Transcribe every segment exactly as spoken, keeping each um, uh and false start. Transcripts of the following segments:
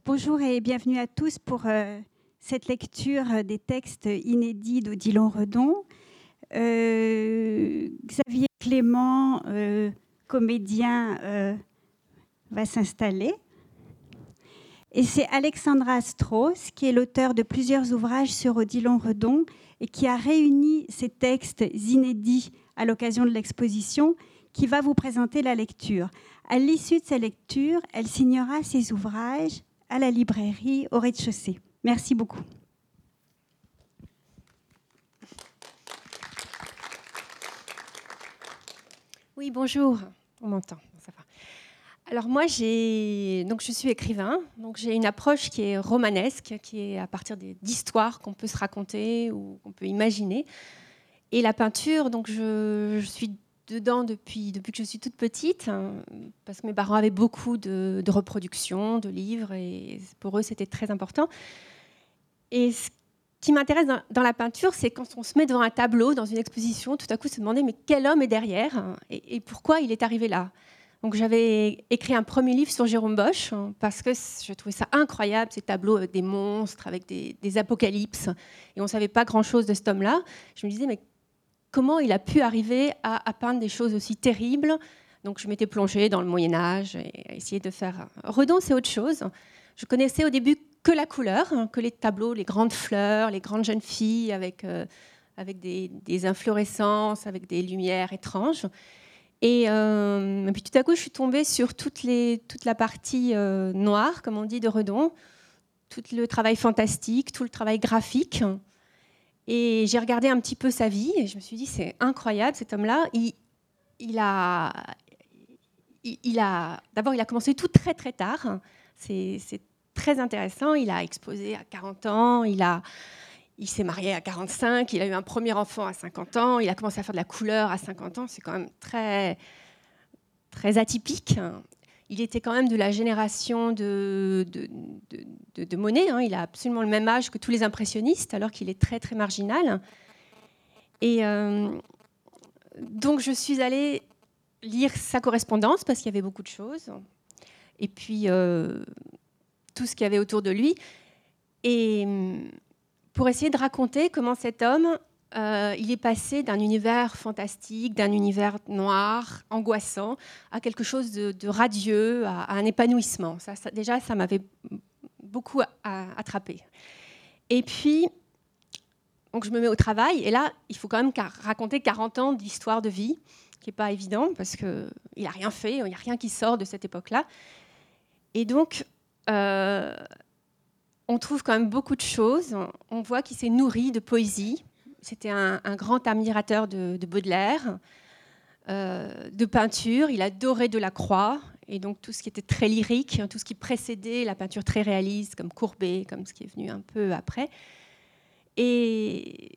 Bonjour et bienvenue à tous pour euh, cette lecture des textes inédits d'Odilon Redon. Euh, Xavier Clément, euh, comédien, euh, va s'installer. Et c'est Alexandra Strauss, qui est l'auteur de plusieurs ouvrages sur Odilon Redon et qui a réuni ces textes inédits à l'occasion de l'exposition, qui va vous présenter la lecture. À l'issue de sa lecture, elle signera ses ouvrages à la librairie au rez-de-chaussée. Merci beaucoup. Oui, bonjour. On m'entend, ça va. Alors moi, j'ai... donc, je suis écrivain, donc j'ai une approche qui est romanesque, qui est à partir d'histoires qu'on peut se raconter ou qu'on peut imaginer. Et la peinture, donc je, je suis dedans depuis, depuis que je suis toute petite, hein, parce que mes parents avaient beaucoup de, de reproductions, de livres, et pour eux, c'était très important. Et ce qui m'intéresse dans, dans la peinture, c'est quand on se met devant un tableau, dans une exposition, tout à coup se demander mais quel homme est derrière, hein, et, et pourquoi il est arrivé là. Donc j'avais écrit un premier livre sur Jérôme Bosch, hein, parce que je trouvais ça incroyable, ces tableaux avec des monstres, avec des, des apocalypses, et on ne savait pas grand-chose de cet homme-là. Je me disais mais comment il a pu arriver à, à peindre des choses aussi terribles. Donc je m'étais plongée dans le Moyen-Âge et essayé de faire... Redon, c'est autre chose. Je connaissais au début que la couleur, que les tableaux, les grandes fleurs, les grandes jeunes filles avec, euh, avec des, des inflorescences, avec des lumières étranges. Et, euh, et puis tout à coup, je suis tombée sur toutes les, toute la partie euh, noire, comme on dit, de Redon, tout le travail fantastique, tout le travail graphique. Et j'ai regardé un petit peu sa vie et je me suis dit, c'est incroyable, cet homme-là. Il, il a... Il, il a d'abord, il a commencé tout très, très tard. C'est, c'est très intéressant. Il a exposé à quarante ans, il, a, il s'est marié à quarante-cinq, il a eu un premier enfant à cinquante ans, il a commencé à faire de la couleur à cinquante ans. C'est quand même très, très atypique. Il était quand même de la génération de, de, de, de, de Monet. Hein. Il a absolument le même âge que tous les impressionnistes, alors qu'il est très, très marginal. Et euh, donc, je suis allée lire sa correspondance, parce qu'il y avait beaucoup de choses. Et puis, euh, tout ce qu'il y avait autour de lui. Et pour essayer de raconter comment cet homme, euh, il est passé d'un univers fantastique, d'un univers noir, angoissant, à quelque chose de, de radieux, à, à un épanouissement. Ça, ça, déjà, ça m'avait beaucoup attrapé. Et puis, donc je me mets au travail, et là, il faut quand même raconter quarante ans d'histoire de vie, qui n'est pas évident, parce qu'il n'a rien fait, il n'y a rien qui sort de cette époque-là. Et donc, euh, on trouve quand même beaucoup de choses. On voit qu'il s'est nourri de poésie. C'était un, un grand admirateur de, de Baudelaire, euh, de peinture. Il adorait Delacroix, et donc tout ce qui était très lyrique, tout ce qui précédait la peinture très réaliste, comme Courbet, comme ce qui est venu un peu après. Et,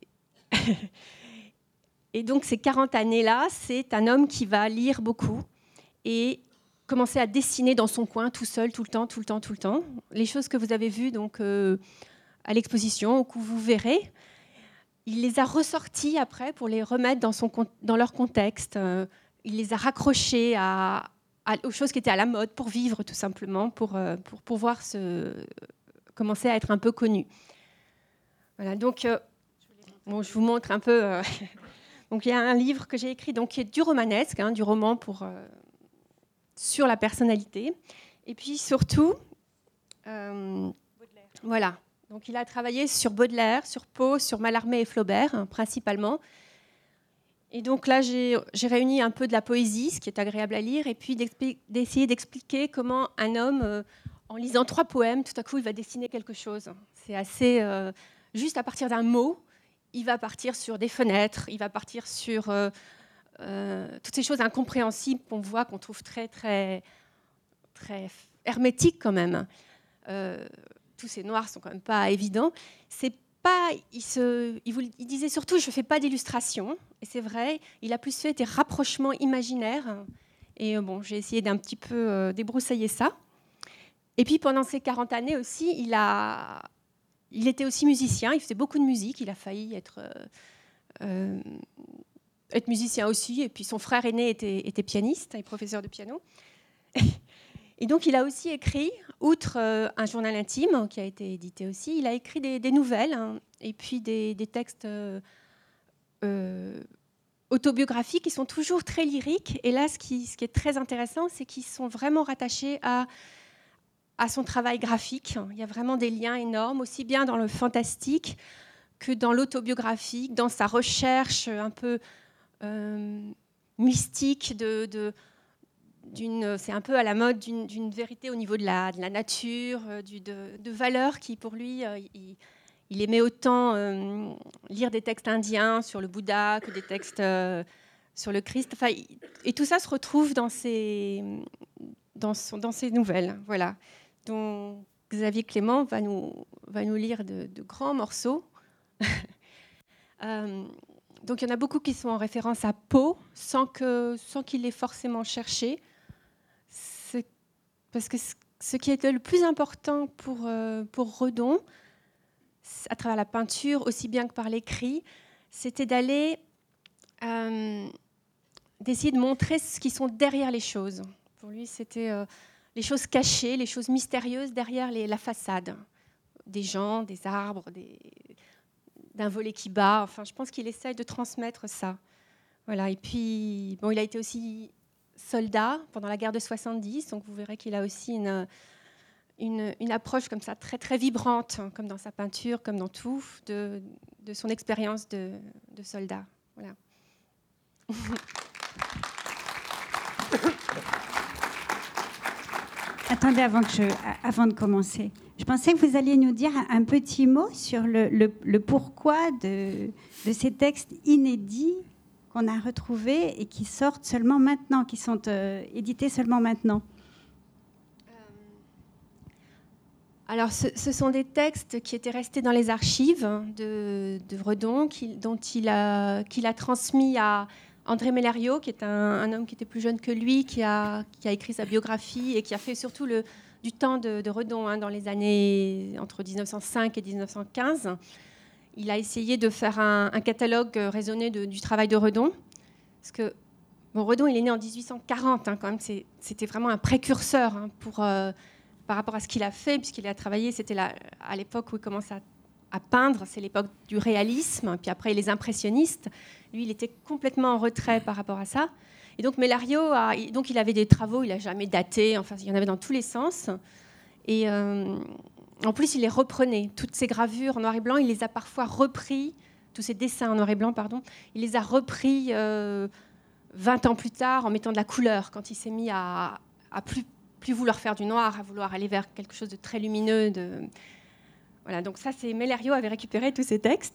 et donc ces quarante années-là, c'est un homme qui va lire beaucoup et commencer à dessiner dans son coin, tout seul, tout le temps, tout le temps, tout le temps. Les choses que vous avez vues donc, euh, à l'exposition, ou que vous verrez, il les a ressorties après pour les remettre dans, son, dans leur contexte. Euh, il les a raccrochées à, à, aux choses qui étaient à la mode, pour vivre tout simplement, pour, euh, pour pouvoir se, commencer à être un peu connu. Voilà, donc, euh, bon, je vous montre un peu... Euh, donc, il y a un livre que j'ai écrit donc, qui est du romanesque, hein, du roman pour... Euh, sur la personnalité, et puis surtout, euh, voilà. Donc il a travaillé sur Baudelaire, sur Poe, sur Mallarmé et Flaubert, hein, principalement. Et donc là, j'ai, j'ai réuni un peu de la poésie, ce qui est agréable à lire, et puis d'essayer d'expliquer comment un homme, euh, en lisant trois poèmes, tout à coup, il va dessiner quelque chose. C'est assez... Euh, juste à partir d'un mot, il va partir sur des fenêtres, il va partir sur... Euh, Euh, toutes ces choses incompréhensibles qu'on voit, qu'on trouve très, très, très hermétiques quand même. Euh, tous ces noirs sont quand même pas évidents. C'est pas, il, se, il, vous, il disait surtout, je ne fais pas d'illustration. Et c'est vrai, il a plus fait des rapprochements imaginaires. Et bon, j'ai essayé d'un petit peu euh, débroussailler ça. Et puis pendant ces quarante années aussi, il, a, il était aussi musicien, il faisait beaucoup de musique, il a failli être... Euh, euh, être musicien aussi, et puis son frère aîné était, était pianiste et professeur de piano. Et donc, il a aussi écrit, outre euh, un journal intime qui a été édité aussi, il a écrit des, des nouvelles hein, et puis des, des textes euh, euh, autobiographiques qui sont toujours très lyriques. Et là, ce qui, ce qui est très intéressant, c'est qu'ils sont vraiment rattachés à, à son travail graphique. Il y a vraiment des liens énormes, aussi bien dans le fantastique que dans l'autobiographique, dans sa recherche un peu euh, mystique de... de D'une, c'est un peu à la mode d'une, d'une vérité au niveau de la, de la nature, euh, du, de, de valeurs qui, pour lui, euh, il, il aimait autant euh, lire des textes indiens sur le Bouddha que des textes euh, sur le Christ. Enfin, il, et tout ça se retrouve dans ces, dans son, dans ces nouvelles, voilà, dont Xavier Clément va nous, va nous lire de, de grands morceaux. euh, donc, il y en a beaucoup qui sont en référence à Poe, sans, que, sans qu'il l'ait forcément cherché. C'est parce que ce qui était le plus important pour, euh, pour Redon, à travers la peinture, aussi bien que par l'écrit, c'était d'aller, euh, d'essayer de montrer ce qui sont derrière les choses. Pour lui, c'était euh, les choses cachées, les choses mystérieuses derrière les, la façade. Des gens, des arbres, des, d'un volet qui bat. Enfin, je pense qu'il essaye de transmettre ça. Voilà. Et puis, bon, il a été aussi soldat pendant la guerre de soixante-dix, donc vous verrez qu'il a aussi une, une, une approche comme ça, très, très vibrante, hein, comme dans sa peinture, comme dans tout, de, de son expérience de, de soldat. Voilà. Attendez, avant, que je, avant de commencer, je pensais que vous alliez nous dire un petit mot sur le, le, le pourquoi de, de ces textes inédits qu'on a retrouvés et qui sortent seulement maintenant, qui sont euh, édités seulement maintenant. Euh, alors, ce, ce sont des textes qui étaient restés dans les archives de, de Redon, qui, dont il a, qu'il a transmis à André Mellerio, qui est un, un homme qui était plus jeune que lui, qui a, qui a écrit sa biographie et qui a fait surtout le, du temps de, de Redon, hein, dans les années entre dix-neuf cent cinq et dix-neuf cent quinze. Il a essayé de faire un, un catalogue raisonné de, du travail de Redon. Parce que bon, Redon, il est né en dix-huit cent quarante, hein, quand même, c'est, c'était vraiment un précurseur hein, pour, euh, par rapport à ce qu'il a fait, puisqu'il a travaillé, c'était la, à l'époque où il commence à, à peindre, c'est l'époque du réalisme, puis après les impressionnistes. Lui, il était complètement en retrait par rapport à ça. Et donc, Mellerio, a, donc, il avait des travaux, il n'a jamais daté, enfin, il y en avait dans tous les sens. Et euh, en plus, il les reprenait. Toutes ces gravures en noir et blanc, il les a parfois repris, tous ces dessins en noir et blanc, pardon, il les a repris euh, vingt ans plus tard en mettant de la couleur, quand il s'est mis à, à plus, plus vouloir faire du noir, à vouloir aller vers quelque chose de très lumineux. De... Voilà, donc ça, c'est Mellerio avait récupéré tous ces textes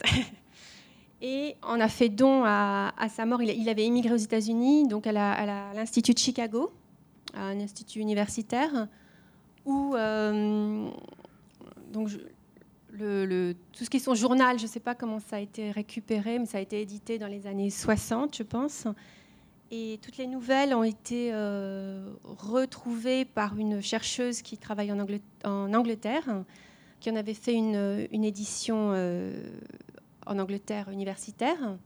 et en a fait don à, à sa mort. Il, il avait émigré aux États-Unis, donc à, la, à, la, à l'Institut de Chicago, à un institut universitaire, où euh, donc je, le, le, tout ce qui est son journal, je ne sais pas comment ça a été récupéré, mais ça a été édité dans les années soixante, je pense. Et toutes les nouvelles ont été euh, retrouvées par une chercheuse qui travaille en Angleterre, en Angleterre qui en avait fait une, une édition euh, en Angleterre universitaire.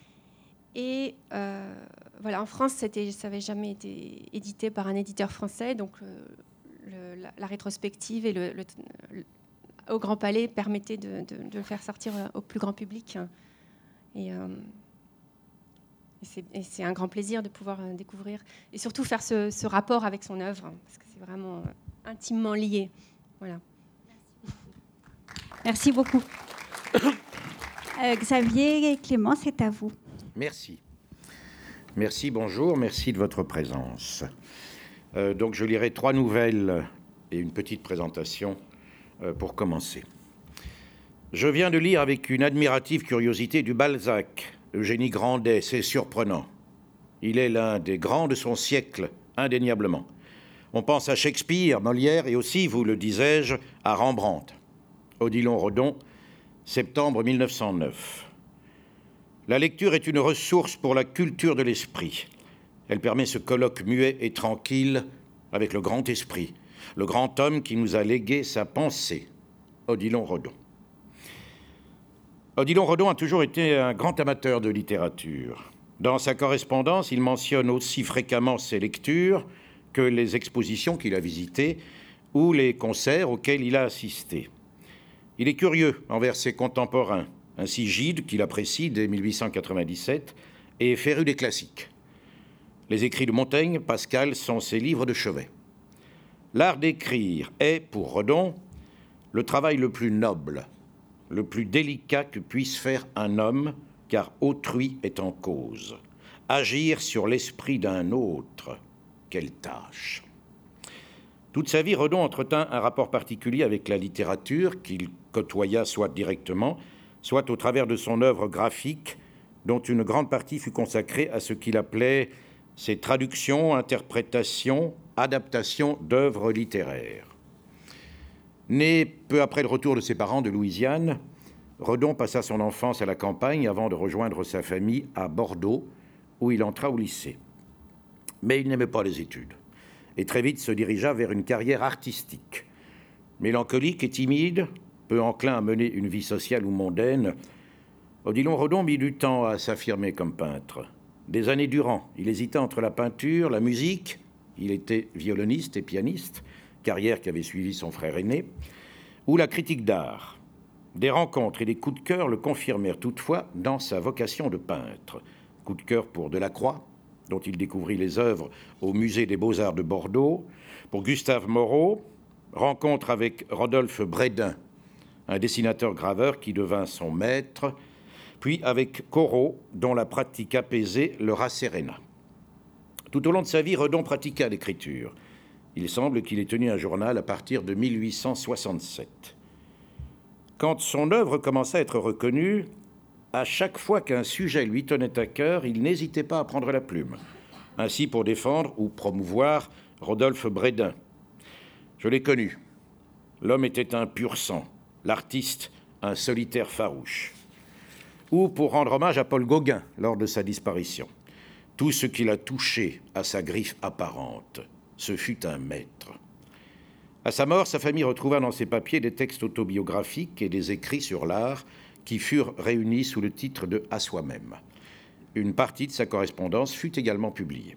Et euh, voilà, en France, c'était, ça n'avait jamais été édité par un éditeur français, donc euh, le, la, la rétrospective et le, le, le, au Grand Palais permettaient de, de, de le faire sortir au plus grand public. Et, euh, et, c'est, et c'est un grand plaisir de pouvoir euh, découvrir et surtout faire ce, ce rapport avec son œuvre, parce que c'est vraiment euh, intimement lié. Voilà. Merci beaucoup. Euh, Xavier et Clément, c'est à vous. Merci. Merci, bonjour, merci de votre présence. Euh, donc je lirai trois nouvelles et une petite présentation euh, pour commencer. Je viens de lire avec une admirative curiosité du Balzac, Eugénie Grandet, c'est surprenant. Il est l'un des grands de son siècle, indéniablement. On pense à Shakespeare, Molière et aussi, vous le disais-je, à Rembrandt. Odilon Redon, septembre mille neuf cent neuf. La lecture est une ressource pour la culture de l'esprit. Elle permet ce colloque muet et tranquille avec le grand esprit, le grand homme qui nous a légué sa pensée, Odilon Redon. Odilon Redon a toujours été un grand amateur de littérature. Dans sa correspondance, il mentionne aussi fréquemment ses lectures que les expositions qu'il a visitées ou les concerts auxquels il a assisté. Il est curieux envers ses contemporains, ainsi Gide, qu'il apprécie dès mille huit cent quatre-vingt-dix-sept, et féru des classiques. Les écrits de Montaigne, Pascal, sont ses livres de chevet. L'art d'écrire est, pour Redon, le travail le plus noble, le plus délicat que puisse faire un homme, car autrui est en cause. Agir sur l'esprit d'un autre, quelle tâche! Toute sa vie, Redon entretint un rapport particulier avec la littérature qu'il côtoya soit directement, soit au travers de son œuvre graphique, dont une grande partie fut consacrée à ce qu'il appelait ses traductions, interprétations, adaptations d'œuvres littéraires. Né peu après le retour de ses parents de Louisiane, Redon passa son enfance à la campagne avant de rejoindre sa famille à Bordeaux, où il entra au lycée. Mais il n'aimait pas les études et très vite se dirigea vers une carrière artistique. Mélancolique et timide, peu enclin à mener une vie sociale ou mondaine, Odilon Redon mit du temps à s'affirmer comme peintre. Des années durant, il hésita entre la peinture, la musique, il était violoniste et pianiste, carrière qu'avait suivi son frère aîné, ou la critique d'art. Des rencontres et des coups de cœur le confirmèrent toutefois dans sa vocation de peintre. Coup de cœur pour Delacroix, dont il découvrit les œuvres au Musée des Beaux-Arts de Bordeaux, pour Gustave Moreau, rencontre avec Rodolphe Brédin, un dessinateur-graveur qui devint son maître, puis avec Corot, dont la pratique apaisée le rasséréna. Tout au long de sa vie, Redon pratiqua l'écriture. Il semble qu'il ait tenu un journal à partir de mille huit cent soixante-sept. Quand son œuvre commença à être reconnue, à chaque fois qu'un sujet lui tenait à cœur, il n'hésitait pas à prendre la plume. Ainsi pour défendre ou promouvoir Rodolphe Brédin. Je l'ai connu. L'homme était un pur sang, l'artiste un solitaire farouche. Ou pour rendre hommage à Paul Gauguin lors de sa disparition. Tout ce qu'il a touché à sa griffe apparente, ce fut un maître. À sa mort, sa famille retrouva dans ses papiers des textes autobiographiques et des écrits sur l'art qui furent réunis sous le titre de « À soi-même ». Une partie de sa correspondance fut également publiée.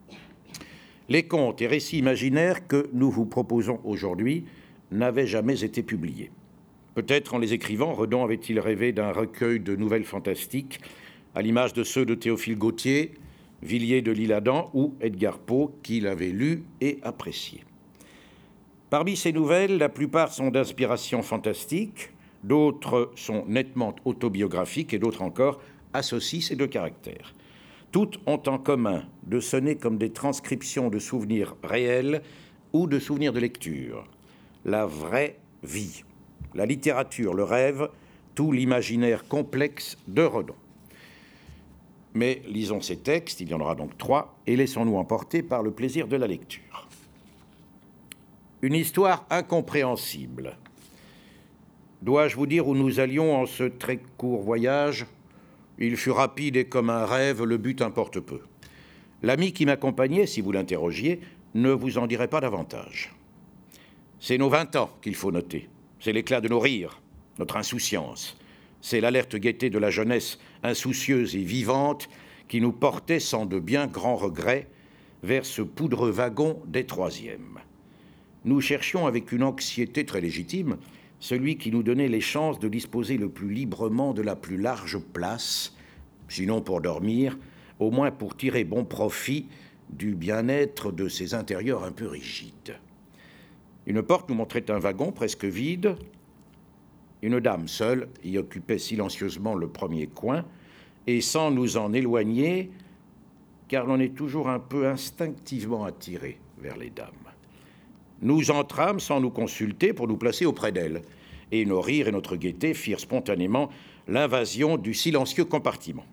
Les contes et récits imaginaires que nous vous proposons aujourd'hui n'avaient jamais été publiés. Peut-être en les écrivant, Redon avait-il rêvé d'un recueil de nouvelles fantastiques, à l'image de ceux de Théophile Gautier, Villiers de l'Isle-Adam ou Edgar Poe, qu'il avait lus et appréciés. Parmi ces nouvelles, la plupart sont d'inspiration fantastique, d'autres sont nettement autobiographiques et d'autres encore associent ces deux caractères. Toutes ont en commun de sonner comme des transcriptions de souvenirs réels ou de souvenirs de lecture. La vraie vie, la littérature, le rêve, tout l'imaginaire complexe de Redon. Mais lisons ces textes, il y en aura donc trois, et laissons-nous emporter par le plaisir de la lecture. Une histoire incompréhensible. Dois-je vous dire où nous allions en ce très court voyage ? Il fut rapide et comme un rêve, le but importe peu. L'ami qui m'accompagnait, si vous l'interrogiez, ne vous en dirait pas davantage. C'est nos vingt ans qu'il faut noter. C'est l'éclat de nos rires, notre insouciance. C'est l'alerte gaieté de la jeunesse insoucieuse et vivante qui nous portait sans de bien grands regrets vers ce poudreux wagon des troisièmes. Nous cherchions avec une anxiété très légitime celui qui nous donnait les chances de disposer le plus librement de la plus large place, sinon pour dormir, au moins pour tirer bon profit du bien-être de ces intérieurs un peu rigides. Une porte nous montrait un wagon presque vide. Une dame seule y occupait silencieusement le premier coin, et sans nous en éloigner, car l'on est toujours un peu instinctivement attiré vers les dames. Nous entrâmes sans nous consulter pour nous placer auprès d'elle, et nos rires et notre gaieté firent spontanément l'invasion du silencieux compartiment.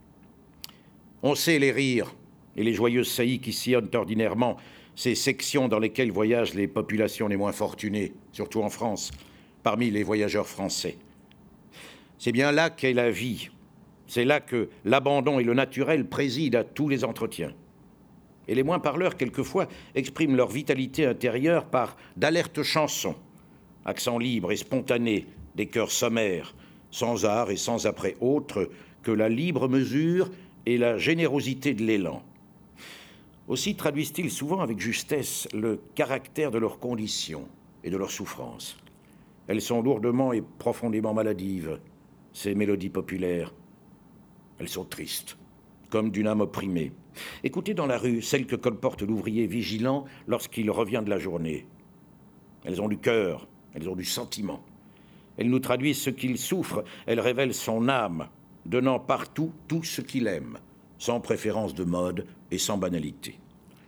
On sait les rires et les joyeuses saillies qui sillonnent ordinairement ces sections dans lesquelles voyagent les populations les moins fortunées, surtout en France, parmi les voyageurs français. C'est bien là qu'est la vie. C'est là que l'abandon et le naturel président à tous les entretiens. Et les moins parleurs, quelquefois, expriment leur vitalité intérieure par d'alertes chansons, accents libres et spontanés, des chœurs sommaires, sans art et sans après autre que la libre mesure et la générosité de l'élan. Aussi traduisent-ils souvent avec justesse le caractère de leurs conditions et de leurs souffrances. Elles sont lourdement et profondément maladives, ces mélodies populaires. Elles sont tristes, comme d'une âme opprimée. Écoutez dans la rue celles que colporte l'ouvrier vigilant lorsqu'il revient de la journée. Elles ont du cœur, elles ont du sentiment. Elles nous traduisent ce qu'il souffre, elles révèlent son âme, donnant partout tout ce qu'il aime, sans préférence de mode et sans banalité.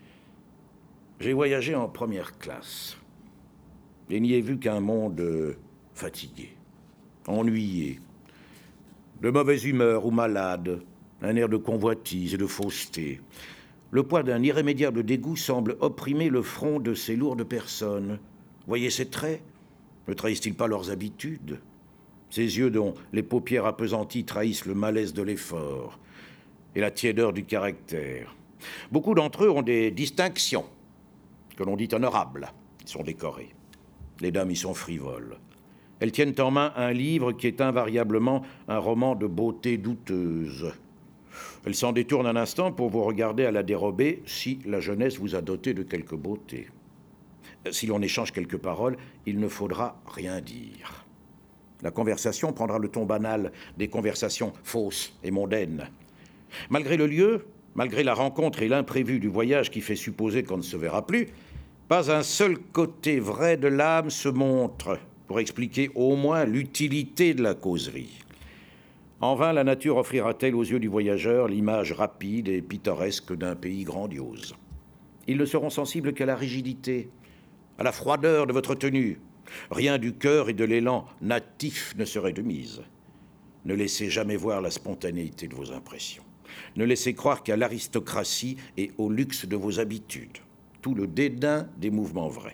J'ai voyagé en première classe et n'y ai vu qu'un monde fatigué, ennuyé, de mauvaise humeur ou malade, un air de convoitise et de fausseté. Le poids d'un irrémédiable dégoût semble opprimer le front de ces lourdes personnes. Voyez ces traits? Ne trahissent-ils pas leurs habitudes? Ces yeux dont les paupières appesanties trahissent le malaise de l'effort et la tiédeur du caractère. Beaucoup d'entre eux ont des distinctions, que l'on dit honorables. Ils sont décorés. Les dames y sont frivoles. Elles tiennent en main un livre qui est invariablement un roman de beauté douteuse. Elles s'en détournent un instant pour vous regarder à la dérobée si la jeunesse vous a doté de quelque beauté. Si l'on échange quelques paroles, il ne faudra rien dire. La conversation prendra le ton banal des conversations fausses et mondaines. Malgré le lieu, malgré la rencontre et l'imprévu du voyage qui fait supposer qu'on ne se verra plus, pas un seul côté vrai de l'âme se montre pour expliquer au moins l'utilité de la causerie. En vain, la nature offrira-t-elle aux yeux du voyageur l'image rapide et pittoresque d'un pays grandiose. Ils ne seront sensibles qu'à la rigidité, à la froideur de votre tenue. Rien du cœur et de l'élan natif ne serait de mise. Ne laissez jamais voir la spontanéité de vos impressions. Ne laissez croire qu'à l'aristocratie et au luxe de vos habitudes. Tout le dédain des mouvements vrais.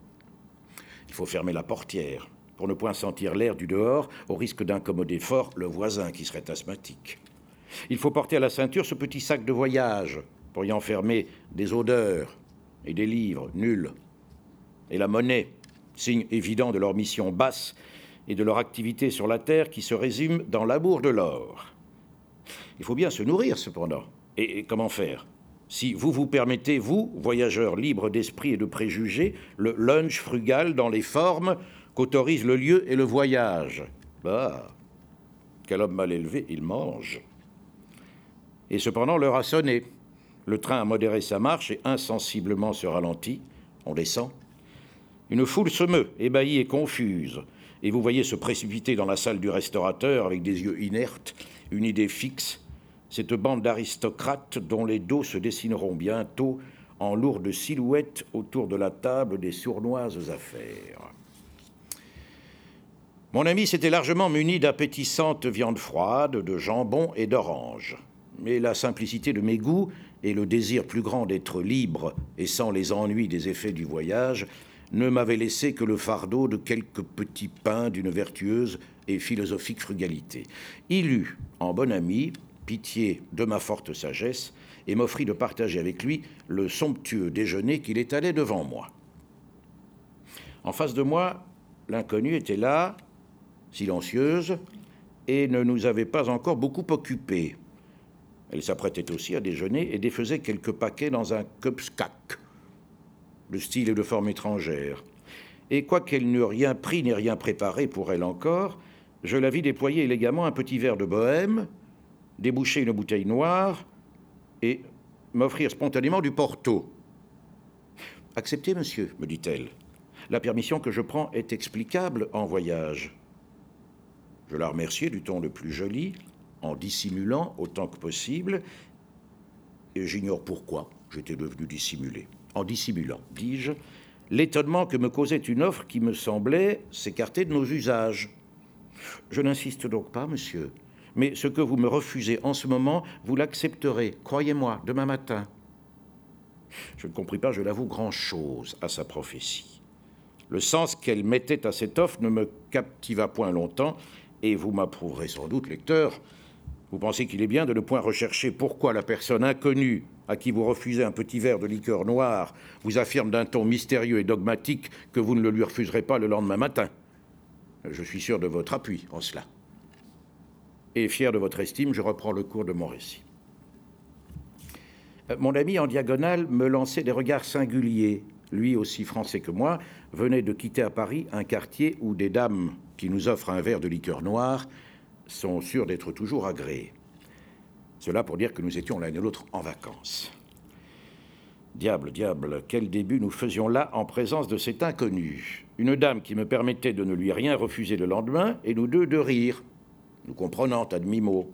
Il faut fermer la portière pour ne point sentir l'air du dehors au risque d'incommoder fort le voisin qui serait asthmatique. Il faut porter à la ceinture ce petit sac de voyage pour y enfermer des odeurs et des livres nuls. Et la monnaie, signe évident de leur mission basse et de leur activité sur la terre qui se résume dans l'amour de l'or. Il faut bien se nourrir cependant. Et, et comment faire? Si vous vous permettez, vous, voyageurs libres d'esprit et de préjugés, le lunch frugal dans les formes qu'autorisent le lieu et le voyage. Bah, quel homme mal élevé, il mange. Et cependant, l'heure a sonné. Le train a modéré sa marche et insensiblement se ralentit. On descend. Une foule se meut, ébahie et confuse. Et vous voyez se précipiter dans la salle du restaurateur avec des yeux inertes, une idée fixe, cette bande d'aristocrates dont les dos se dessineront bientôt en lourdes silhouettes autour de la table des sournoises affaires. Mon ami s'était largement muni d'appétissantes viandes froides, de jambon et d'oranges. Mais la simplicité de mes goûts et le désir plus grand d'être libre et sans les ennuis des effets du voyage ne m'avaient laissé que le fardeau de quelques petits pains d'une vertueuse et philosophique frugalité. Il eut, en bon ami, pitié de ma forte sagesse et m'offrit de partager avec lui le somptueux déjeuner qu'il étalait devant moi. En face de moi, l'inconnue était là, silencieuse, et ne nous avait pas encore beaucoup occupés. Elle s'apprêtait aussi à déjeuner et défaisait quelques paquets dans un cupscac, de style et de forme étrangère. Et quoiqu'elle n'eût rien pris ni rien préparé pour elle encore, je la vis déployer élégamment un petit verre de bohème, déboucher une bouteille noire et m'offrir spontanément du Porto. « Acceptez, monsieur, me dit-elle. La permission que je prends est explicable en voyage. » Je la remerciai du ton le plus joli, en dissimulant autant que possible, et j'ignore pourquoi j'étais devenu dissimulé. En dissimulant, dis-je, l'étonnement que me causait une offre qui me semblait s'écarter de nos usages. « Je n'insiste donc pas, monsieur, mais ce que vous me refusez en ce moment, vous l'accepterez, croyez-moi, demain matin. » Je ne compris pas, je l'avoue, grand-chose à sa prophétie. Le sens qu'elle mettait à cette offre ne me captiva point longtemps, et vous m'approuverez sans doute, lecteur, vous pensez qu'il est bien de ne point rechercher pourquoi la personne inconnue à qui vous refusez un petit verre de liqueur noire vous affirme d'un ton mystérieux et dogmatique que vous ne le lui refuserez pas le lendemain matin. Je suis sûr de votre appui en cela. Et fier de votre estime, je reprends le cours de mon récit. Mon ami en diagonale me lançait des regards singuliers. Lui, aussi français que moi, venait de quitter à Paris un quartier où des dames qui nous offrent un verre de liqueur noire sont sûres d'être toujours agréées. Cela pour dire que nous étions l'un et l'autre en vacances. Diable, diable, quel début nous faisions là en présence de cet inconnu. Une dame qui me permettait de ne lui rien refuser le lendemain, et nous deux de rire, nous comprenant à demi-mot.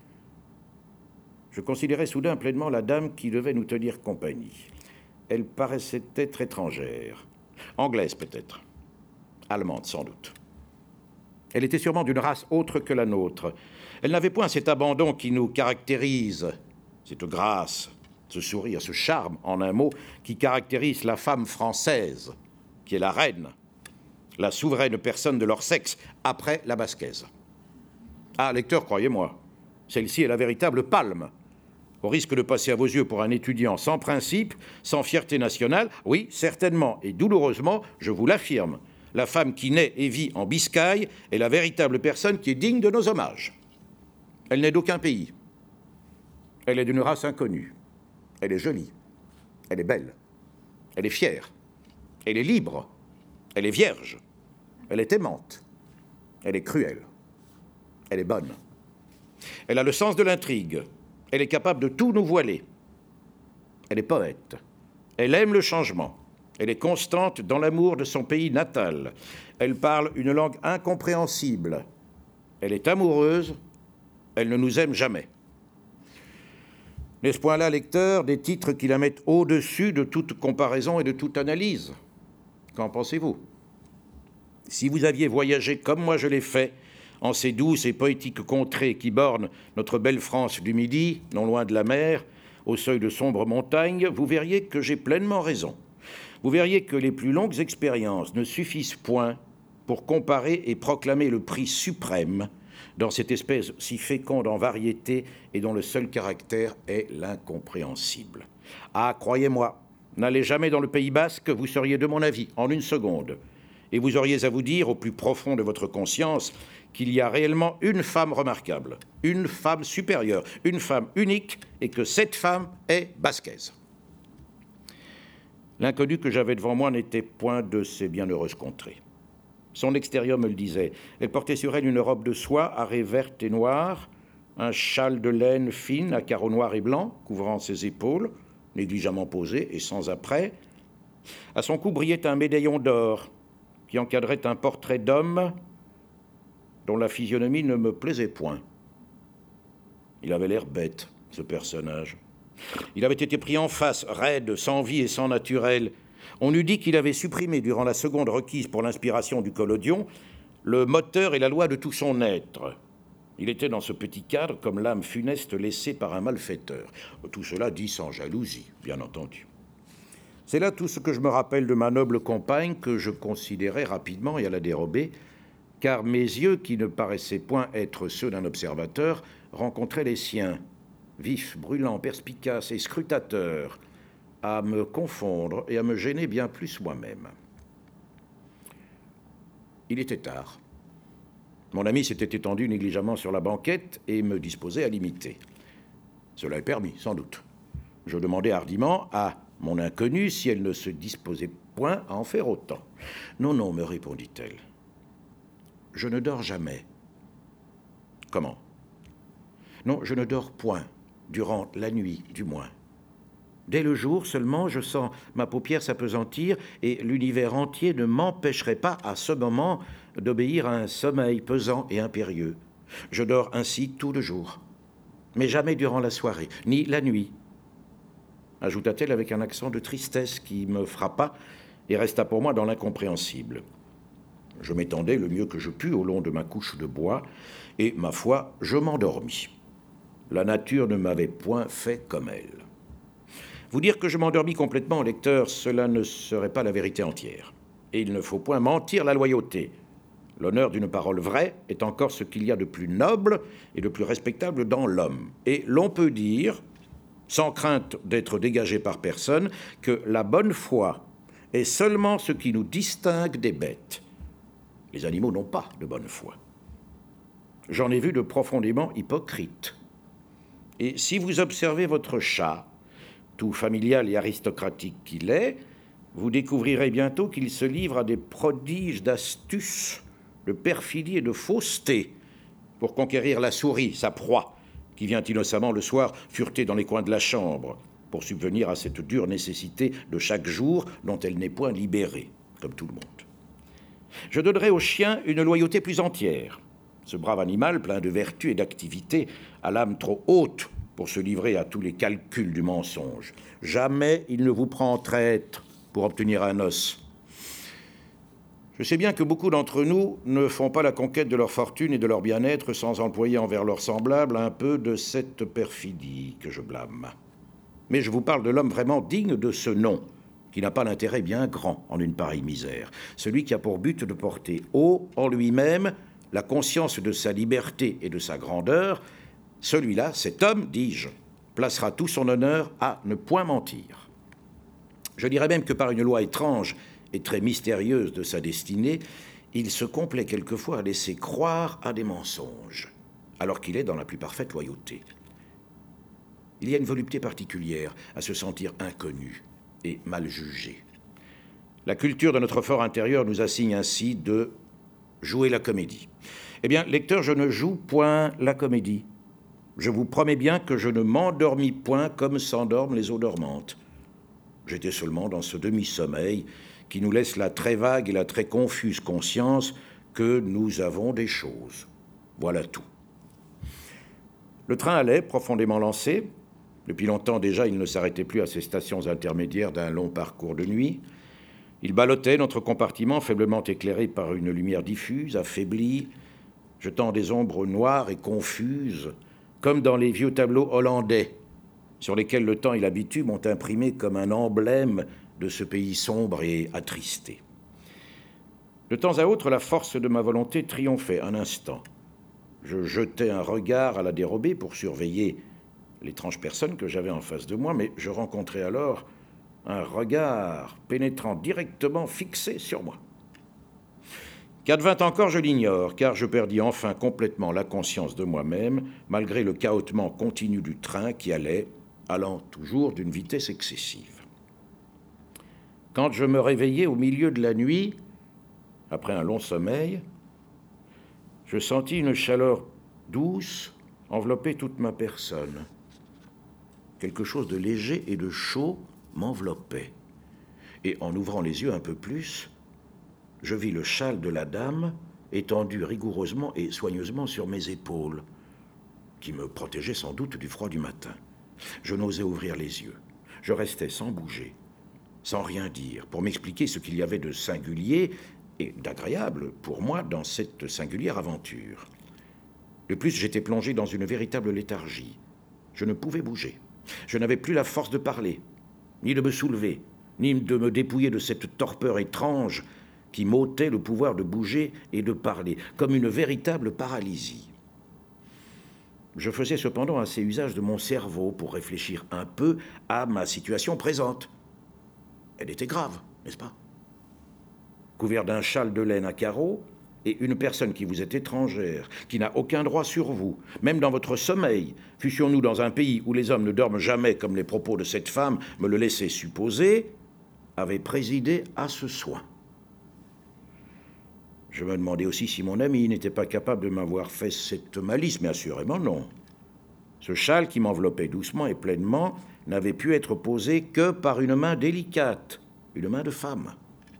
Je considérais soudain pleinement la dame qui devait nous tenir compagnie. Elle paraissait être étrangère, anglaise peut-être, allemande sans doute. Elle était sûrement d'une race autre que la nôtre. Elle n'avait point cet abandon qui nous caractérise, cette grâce, ce sourire, ce charme, en un mot, qui caractérise la femme française, qui est la reine, la souveraine personne de leur sexe, après la basquaise. Ah, lecteur, croyez-moi, celle-ci est la véritable palme. Au risque de passer à vos yeux pour un étudiant sans principe, sans fierté nationale, oui, certainement et douloureusement, je vous l'affirme, la femme qui naît et vit en Biscaye est la véritable personne qui est digne de nos hommages. Elle n'est d'aucun pays. Elle est d'une race inconnue. Elle est jolie. Elle est belle. Elle est fière. Elle est libre. Elle est vierge. Elle est aimante. Elle est cruelle. Elle est bonne. Elle a le sens de l'intrigue. Elle est capable de tout nous voiler. Elle est poète. Elle aime le changement. Elle est constante dans l'amour de son pays natal. Elle parle une langue incompréhensible. Elle est amoureuse. Elle ne nous aime jamais. N'est-ce point là, lecteur, des titres qui la mettent au-dessus de toute comparaison et de toute analyse? Qu'en pensez-vous? Si vous aviez voyagé comme moi je l'ai fait, en ces douces et poétiques contrées qui bornent notre belle France du Midi, non loin de la mer, au seuil de sombres montagnes, vous verriez que j'ai pleinement raison. Vous verriez que les plus longues expériences ne suffisent point pour comparer et proclamer le prix suprême dans cette espèce si féconde en variété et dont le seul caractère est l'incompréhensible. Ah, croyez-moi, n'allez jamais dans le Pays Basque, vous seriez de mon avis, en une seconde. Et vous auriez à vous dire, au plus profond de votre conscience, qu'il y a réellement une femme remarquable, une femme supérieure, une femme unique, et que cette femme est basquaise. L'inconnu que j'avais devant moi n'était point de ces bienheureuses contrées. Son extérieur me le disait. Elle portait sur elle une robe de soie à raies vertes et noires, un châle de laine fine à carreaux noirs et blancs couvrant ses épaules, négligemment posé et sans apprêt. À son cou brillait un médaillon d'or qui encadrait un portrait d'homme dont la physionomie ne me plaisait point. Il avait l'air bête, ce personnage. Il avait été pris en face, raide, sans vie et sans naturel. On eût dit qu'il avait supprimé, durant la seconde requise pour l'inspiration du collodion, le moteur et la loi de tout son être. Il était dans ce petit cadre comme l'âme funeste laissée par un malfaiteur. Tout cela dit sans jalousie, bien entendu. C'est là tout ce que je me rappelle de ma noble compagne que je considérais rapidement et à la dérobée, car mes yeux, qui ne paraissaient point être ceux d'un observateur, rencontraient les siens, vifs, brûlants, perspicaces et scrutateurs, à me confondre et à me gêner bien plus moi-même. Il était tard. Mon ami s'était étendu négligemment sur la banquette et me disposait à l'imiter. Cela est permis, sans doute. Je demandai hardiment à mon inconnue si elle ne se disposait point à en faire autant. « Non, non, me répondit-elle. Je ne dors jamais. »« Comment ?»« Non, je ne dors point, durant la nuit, du moins. Dès le jour seulement, je sens ma paupière s'appesantir et l'univers entier ne m'empêcherait pas, à ce moment, d'obéir à un sommeil pesant et impérieux. Je dors ainsi tout le jour, mais jamais durant la soirée, ni la nuit. » Ajouta-t-elle avec un accent de tristesse qui me frappa et resta pour moi dans l'incompréhensible. Je m'étendais le mieux que je pus au long de ma couche de bois et, ma foi, je m'endormis. La nature ne m'avait point fait comme elle. Vous dire que je m'endormis complètement, lecteur, cela ne serait pas la vérité entière. Et il ne faut point mentir la loyauté. L'honneur d'une parole vraie est encore ce qu'il y a de plus noble et de plus respectable dans l'homme. Et l'on peut dire, sans crainte d'être dégagé par personne, que la bonne foi est seulement ce qui nous distingue des bêtes. Les animaux n'ont pas de bonne foi. J'en ai vu de profondément hypocrites. Et si vous observez votre chat, tout familial et aristocratique qu'il est, vous découvrirez bientôt qu'il se livre à des prodiges d'astuce, de perfidie et de fausseté pour conquérir la souris, sa proie, qui vient innocemment le soir fureter dans les coins de la chambre, pour subvenir à cette dure nécessité de chaque jour dont elle n'est point libérée, comme tout le monde. Je donnerai au chien une loyauté plus entière, ce brave animal plein de vertu et d'activité, à l'âme trop haute pour se livrer à tous les calculs du mensonge. Jamais il ne vous prend en traître pour obtenir un os. Je sais bien que beaucoup d'entre nous ne font pas la conquête de leur fortune et de leur bien-être sans employer envers leurs semblables un peu de cette perfidie que je blâme. Mais je vous parle de l'homme vraiment digne de ce nom, qui n'a pas l'intérêt bien grand en une pareille misère. Celui qui a pour but de porter haut en lui-même la conscience de sa liberté et de sa grandeur, celui-là, cet homme, dis-je, placera tout son honneur à ne point mentir. Je dirais même que par une loi étrange et très mystérieuse de sa destinée, il se complaît quelquefois à laisser croire à des mensonges, alors qu'il est dans la plus parfaite loyauté. Il y a une volupté particulière à se sentir inconnu et mal jugé. La culture de notre fort intérieur nous assigne ainsi de jouer la comédie. Eh bien, lecteur, je ne joue point la comédie. Je vous promets bien que je ne m'endormis point comme s'endorment les eaux dormantes. J'étais seulement dans ce demi-sommeil qui nous laisse la très vague et la très confuse conscience que nous avons des choses. Voilà tout. Le train allait, profondément lancé. Depuis longtemps déjà, il ne s'arrêtait plus à ces stations intermédiaires d'un long parcours de nuit. Il ballottait notre compartiment, faiblement éclairé par une lumière diffuse, affaiblie, jetant des ombres noires et confuses, comme dans les vieux tableaux hollandais, sur lesquels le temps et l'habitude ont imprimé comme un emblème de ce pays sombre et attristé. De temps à autre, la force de ma volonté triomphait un instant. Je jetais un regard à la dérobée pour surveiller l'étrange personne que j'avais en face de moi, mais je rencontrais alors un regard pénétrant directement fixé sur moi. Qu'advint encore, je l'ignore, car je perdis enfin complètement la conscience de moi-même, malgré le cahotement continu du train qui allait, allant toujours d'une vitesse excessive. Quand je me réveillai au milieu de la nuit, après un long sommeil, je sentis une chaleur douce envelopper toute ma personne. Quelque chose de léger et de chaud m'enveloppait. Et en ouvrant les yeux un peu plus, je vis le châle de la dame étendu rigoureusement et soigneusement sur mes épaules, qui me protégeait sans doute du froid du matin. Je n'osais ouvrir les yeux. Je restais sans bouger, sans rien dire, pour m'expliquer ce qu'il y avait de singulier et d'agréable pour moi dans cette singulière aventure. De plus, j'étais plongé dans une véritable léthargie. Je ne pouvais bouger. Je n'avais plus la force de parler, ni de me soulever, ni de me dépouiller de cette torpeur étrange qui m'ôtait le pouvoir de bouger et de parler, comme une véritable paralysie. Je faisais cependant assez usage de mon cerveau pour réfléchir un peu à ma situation présente. Elle était grave, n'est-ce pas? Couvert d'un châle de laine à carreaux, et une personne qui vous est étrangère, qui n'a aucun droit sur vous, même dans votre sommeil, fussions-nous dans un pays où les hommes ne dorment jamais, comme les propos de cette femme me le laissaient supposer, avait présidé à ce soin. Je me demandais aussi si mon ami n'était pas capable de m'avoir fait cette malice, mais assurément non. Ce châle qui m'enveloppait doucement et pleinement n'avait pu être posé que par une main délicate, une main de femme.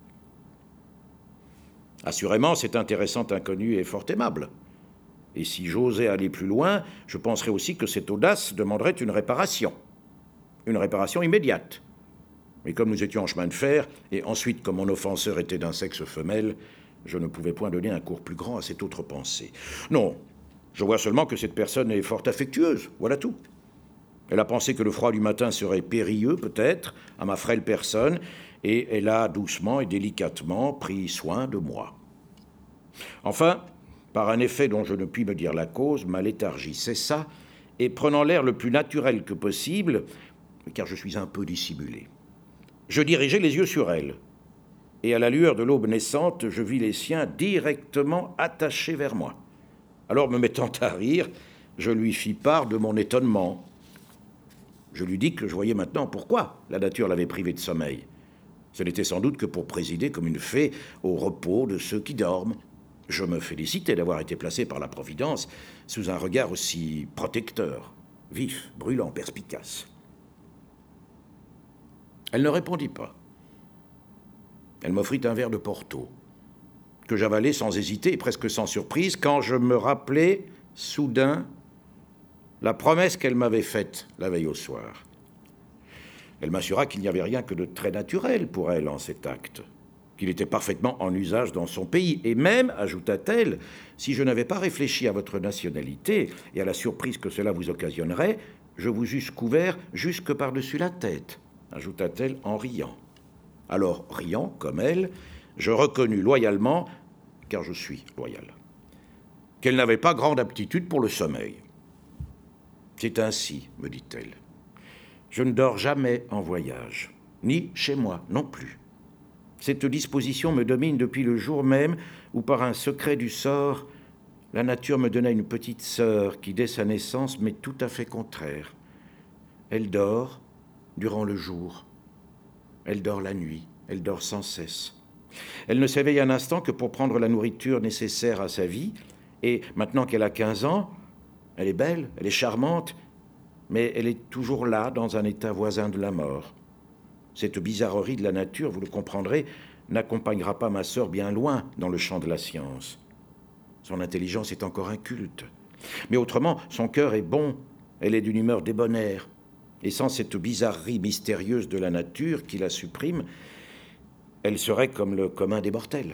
Assurément, cet intéressant inconnu est fort aimable. Et si j'osais aller plus loin, je penserais aussi que cette audace demanderait une réparation. Une réparation immédiate. Mais comme nous étions en chemin de fer, et ensuite comme mon offenseur était d'un sexe femelle, je ne pouvais point donner un cours plus grand à cette autre pensée. Non, je vois seulement que cette personne est fort affectueuse, voilà tout. Elle a pensé que le froid du matin serait périlleux, peut-être, à ma frêle personne, et elle a doucement et délicatement pris soin de moi. Enfin, par un effet dont je ne puis me dire la cause, ma léthargie cessa, et prenant l'air le plus naturel que possible, car je suis un peu dissimulé, je dirigeai les yeux sur elle, et à la lueur de l'aube naissante, je vis les siens directement attachés vers moi. Alors, me mettant à rire, je lui fis part de mon étonnement. Je lui dis que je voyais maintenant pourquoi la nature l'avait privé de sommeil. Ce n'était sans doute que pour présider comme une fée au repos de ceux qui dorment. Je me félicitais d'avoir été placé par la Providence sous un regard aussi protecteur, vif, brûlant, perspicace. Elle ne répondit pas. Elle m'offrit un verre de Porto, que j'avalai sans hésiter et presque sans surprise, quand je me rappelai, soudain, la promesse qu'elle m'avait faite la veille au soir. Elle m'assura qu'il n'y avait rien que de très naturel pour elle en cet acte, qu'il était parfaitement en usage dans son pays, et même, ajouta-t-elle, si je n'avais pas réfléchi à votre nationalité et à la surprise que cela vous occasionnerait, je vous eusse couvert jusque par-dessus la tête, ajouta-t-elle en riant. Alors, riant comme elle, je reconnus loyalement, car je suis loyal, qu'elle n'avait pas grande aptitude pour le sommeil. C'est ainsi, me dit-elle. Je ne dors jamais en voyage, ni chez moi non plus. Cette disposition me domine depuis le jour même où, par un secret du sort, la nature me donna une petite sœur qui, dès sa naissance, m'est tout à fait contraire. Elle dort durant le jour. Elle dort la nuit. Elle dort sans cesse. Elle ne s'éveille un instant que pour prendre la nourriture nécessaire à sa vie, et maintenant qu'elle a quinze ans, elle est belle, elle est charmante, mais elle est toujours là, dans un état voisin de la mort. Cette bizarrerie de la nature, vous le comprendrez, n'accompagnera pas ma sœur bien loin dans le champ de la science. Son intelligence est encore inculte. Mais autrement, son cœur est bon, elle est d'une humeur débonnaire. Et sans cette bizarrerie mystérieuse de la nature qui la supprime, elle serait comme le commun des mortels.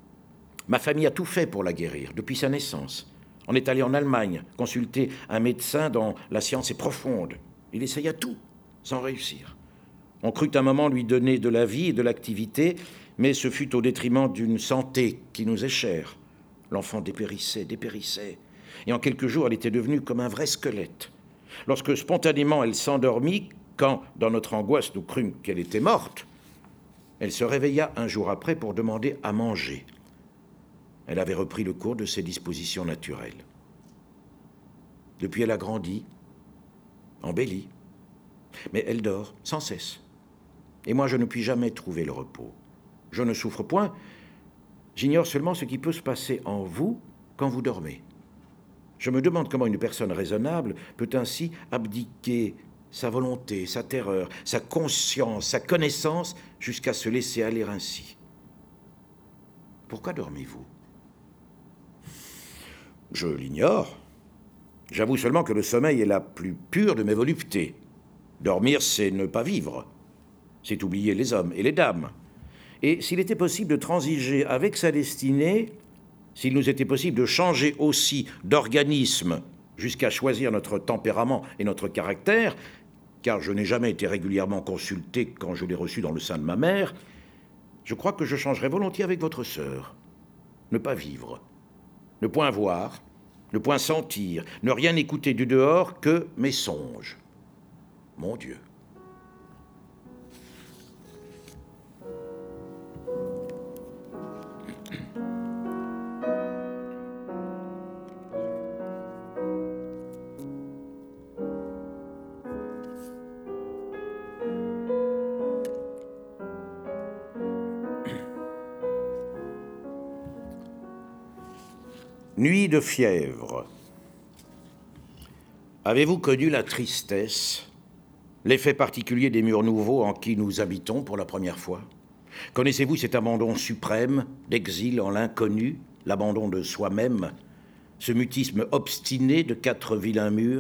Ma famille a tout fait pour la guérir, depuis sa naissance. On est allé en Allemagne, consulter un médecin dont la science est profonde. Il essaya tout, sans réussir. On crut un moment lui donner de la vie et de l'activité, mais ce fut au détriment d'une santé qui nous est chère. L'enfant dépérissait, dépérissait, et en quelques jours, elle était devenue comme un vrai squelette. Lorsque spontanément elle s'endormit, quand, dans notre angoisse, nous crûmes qu'elle était morte, elle se réveilla un jour après pour demander à manger. Elle avait repris le cours de ses dispositions naturelles. Depuis, elle a grandi, embelli, mais elle dort sans cesse. Et moi, je ne puis jamais trouver le repos. Je ne souffre point, j'ignore seulement ce qui peut se passer en vous quand vous dormez. Je me demande comment une personne raisonnable peut ainsi abdiquer sa volonté, sa terreur, sa conscience, sa connaissance, jusqu'à se laisser aller ainsi. Pourquoi dormez-vous ? Je l'ignore. J'avoue seulement que le sommeil est la plus pure de mes voluptés. Dormir, c'est ne pas vivre. C'est oublier les hommes et les dames. Et s'il était possible de transiger avec sa destinée, s'il nous était possible de changer aussi d'organisme jusqu'à choisir notre tempérament et notre caractère, car je n'ai jamais été régulièrement consulté quand je l'ai reçu dans le sein de ma mère, je crois que je changerais volontiers avec votre sœur. Ne pas vivre, ne point voir, ne point sentir, ne rien écouter du dehors que mes songes. Mon Dieu. Nuit de fièvre. Avez-vous connu la tristesse, l'effet particulier des murs nouveaux en qui nous habitons pour la première fois ? Connaissez-vous cet abandon suprême d'exil en l'inconnu, l'abandon de soi-même, ce mutisme obstiné de quatre vilains murs ?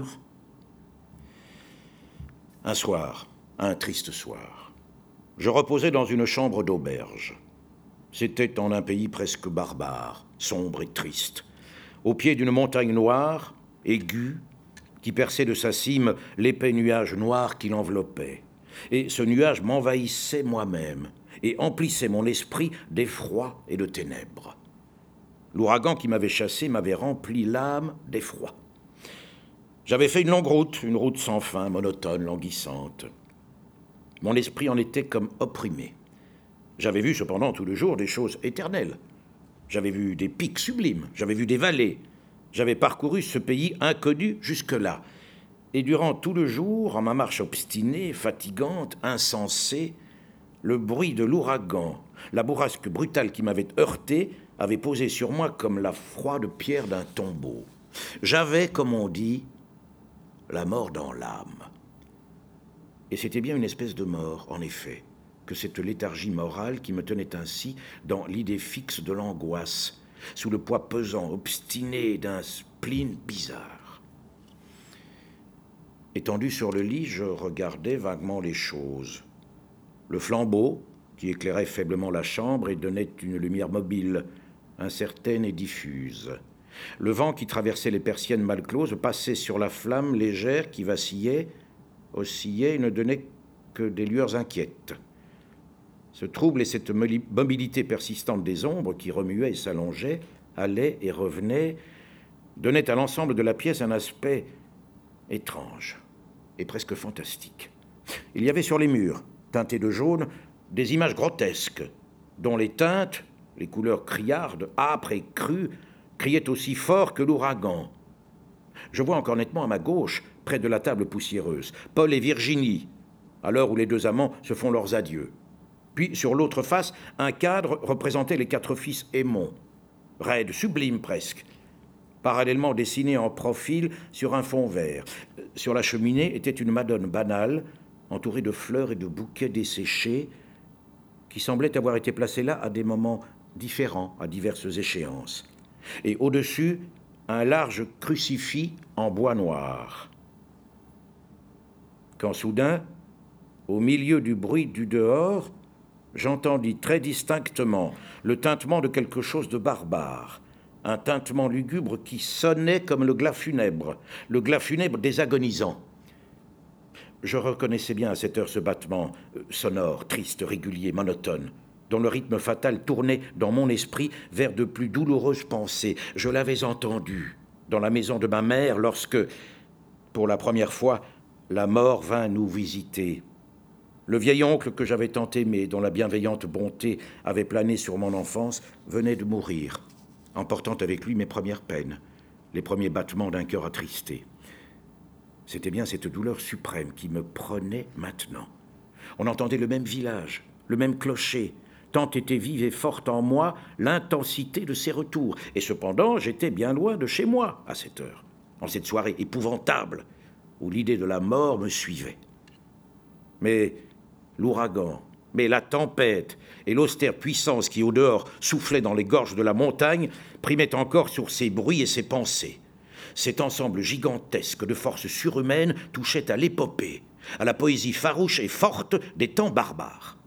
Un soir, un triste soir, je reposais dans une chambre d'auberge. C'était en un pays presque barbare, sombre et triste, au pied d'une montagne noire, aiguë, qui perçait de sa cime l'épais nuage noir qui l'enveloppait. Et ce nuage m'envahissait moi-même et emplissait mon esprit d'effroi et de ténèbres. L'ouragan qui m'avait chassé m'avait rempli l'âme d'effroi. J'avais fait une longue route, une route sans fin, monotone, languissante. Mon esprit en était comme opprimé. J'avais vu cependant tout le jour des choses éternelles. J'avais vu des pics sublimes, j'avais vu des vallées. J'avais parcouru ce pays inconnu jusque-là. Et durant tout le jour, en ma marche obstinée, fatigante, insensée, le bruit de l'ouragan, la bourrasque brutale qui m'avait heurté, avait posé sur moi comme la froide pierre d'un tombeau. J'avais, comme on dit, la mort dans l'âme. Et c'était bien une espèce de mort, en effet, que cette léthargie morale qui me tenait ainsi dans l'idée fixe de l'angoisse, sous le poids pesant, obstiné d'un spleen bizarre. Étendu sur le lit, je regardais vaguement les choses. Le flambeau, qui éclairait faiblement la chambre et donnait une lumière mobile, incertaine et diffuse. Le vent qui traversait les persiennes mal closes passait sur la flamme légère qui vacillait, oscillait et ne donnait que des lueurs inquiètes. Ce trouble et cette mobilité persistante des ombres qui remuaient et s'allongeaient, allaient et revenaient, donnaient à l'ensemble de la pièce un aspect étrange et presque fantastique. Il y avait sur les murs, teintés de jaune, des images grotesques, dont les teintes, les couleurs criardes, âpres et crues, criaient aussi fort que l'ouragan. Je vois encore nettement à ma gauche, près de la table poussiéreuse, Paul et Virginie, à l'heure où les deux amants se font leurs adieux. Puis, sur l'autre face, un cadre représentait les quatre fils Aymon, raides, sublimes presque, parallèlement dessinés en profil sur un fond vert. Sur la cheminée était une madone banale, entourée de fleurs et de bouquets desséchés, qui semblait avoir été placée là à des moments différents, à diverses échéances. Et au-dessus, un large crucifix en bois noir. Quand soudain, au milieu du bruit du dehors, j'entendis très distinctement le tintement de quelque chose de barbare, un tintement lugubre qui sonnait comme le glas funèbre, le glas funèbre des agonisants. Je reconnaissais bien à cette heure ce battement euh, sonore, triste, régulier, monotone, dont le rythme fatal tournait dans mon esprit vers de plus douloureuses pensées. Je l'avais entendu dans la maison de ma mère lorsque, pour la première fois, la mort vint nous visiter. Le vieil oncle que j'avais tant aimé, dont la bienveillante bonté avait plané sur mon enfance, venait de mourir, emportant avec lui mes premières peines, les premiers battements d'un cœur attristé. C'était bien cette douleur suprême qui me prenait maintenant. On entendait le même village, le même clocher, tant était vive et forte en moi l'intensité de ces retours. Et cependant, j'étais bien loin de chez moi à cette heure, en cette soirée épouvantable où l'idée de la mort me suivait. Mais l'ouragan, mais la tempête et l'austère puissance qui, au dehors, soufflait dans les gorges de la montagne, primaient encore sur ses bruits et ses pensées. Cet ensemble gigantesque de forces surhumaines touchait à l'épopée, à la poésie farouche et forte des temps barbares.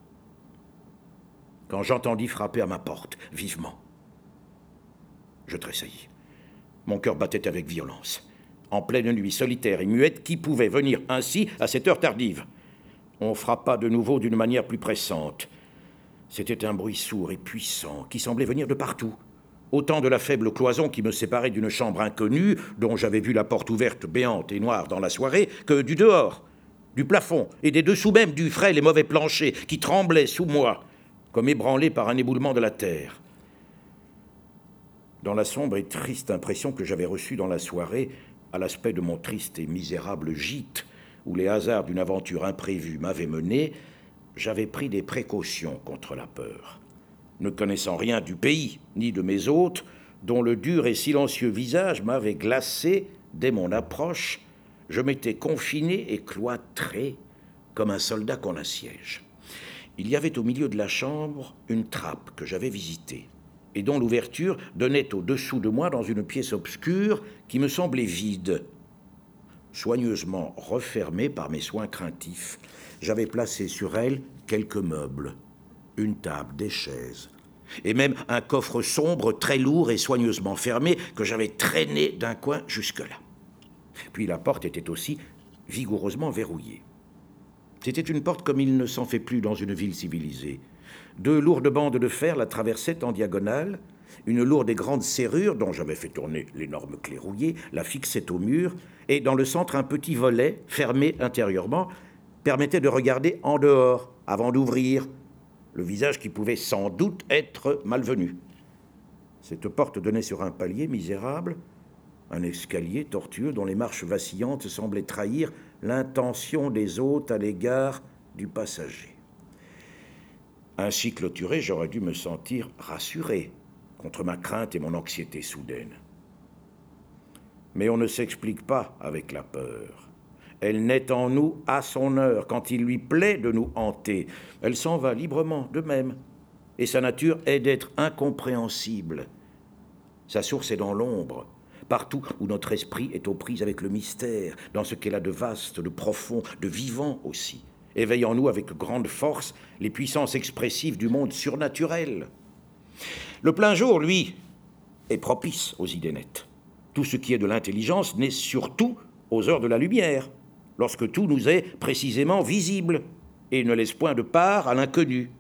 Quand j'entendis frapper à ma porte, vivement, je tressaillis. Mon cœur battait avec violence. En pleine nuit solitaire et muette, qui pouvait venir ainsi à cette heure tardive? On frappa de nouveau d'une manière plus pressante. C'était un bruit sourd et puissant qui semblait venir de partout. Autant de la faible cloison qui me séparait d'une chambre inconnue, dont j'avais vu la porte ouverte, béante et noire dans la soirée, que du dehors, du plafond et des dessous même du frêle et mauvais plancher qui tremblait sous moi, comme ébranlé par un éboulement de la terre. Dans la sombre et triste impression que j'avais reçue dans la soirée, à l'aspect de mon triste et misérable gîte, où les hasards d'une aventure imprévue m'avaient mené, j'avais pris des précautions contre la peur. Ne connaissant rien du pays, ni de mes hôtes, dont le dur et silencieux visage m'avait glacé dès mon approche, je m'étais confiné et cloîtré comme un soldat qu'on assiège. Il y avait au milieu de la chambre une trappe que j'avais visitée, et dont l'ouverture donnait au-dessous de moi dans une pièce obscure qui me semblait vide. Soigneusement refermée par mes soins craintifs, j'avais placé sur elle quelques meubles, une table, des chaises, et même un coffre sombre très lourd et soigneusement fermé que j'avais traîné d'un coin jusque-là. Puis la porte était aussi vigoureusement verrouillée. C'était une porte comme il ne s'en fait plus dans une ville civilisée. Deux lourdes bandes de fer la traversaient en diagonale, une lourde et grande serrure, dont j'avais fait tourner l'énorme clé rouillée, la fixait au mur, et dans le centre, un petit volet, fermé intérieurement, permettait de regarder en dehors, avant d'ouvrir, le visage qui pouvait sans doute être malvenu. Cette porte donnait sur un palier misérable, Un escalier tortueux dont les marches vacillantes semblaient trahir l'intention des hôtes à l'égard du passager. Ainsi clôturé, j'aurais dû me sentir rassuré contre ma crainte et mon anxiété soudaine. Mais on ne s'explique pas avec la peur. Elle naît en nous à son heure, quand il lui plaît de nous hanter. Elle s'en va librement, de même. Et sa nature est d'être incompréhensible. Sa source est dans l'ombre, partout où notre esprit est aux prises avec le mystère, dans ce qu'elle a de vaste, de profond, de vivant aussi, éveille en nous avec grande force les puissances expressives du monde surnaturel. Le plein jour, lui, est propice aux idées nettes. Tout ce qui est de l'intelligence naît surtout aux heures de la lumière, lorsque tout nous est précisément visible et ne laisse point de part à l'inconnu.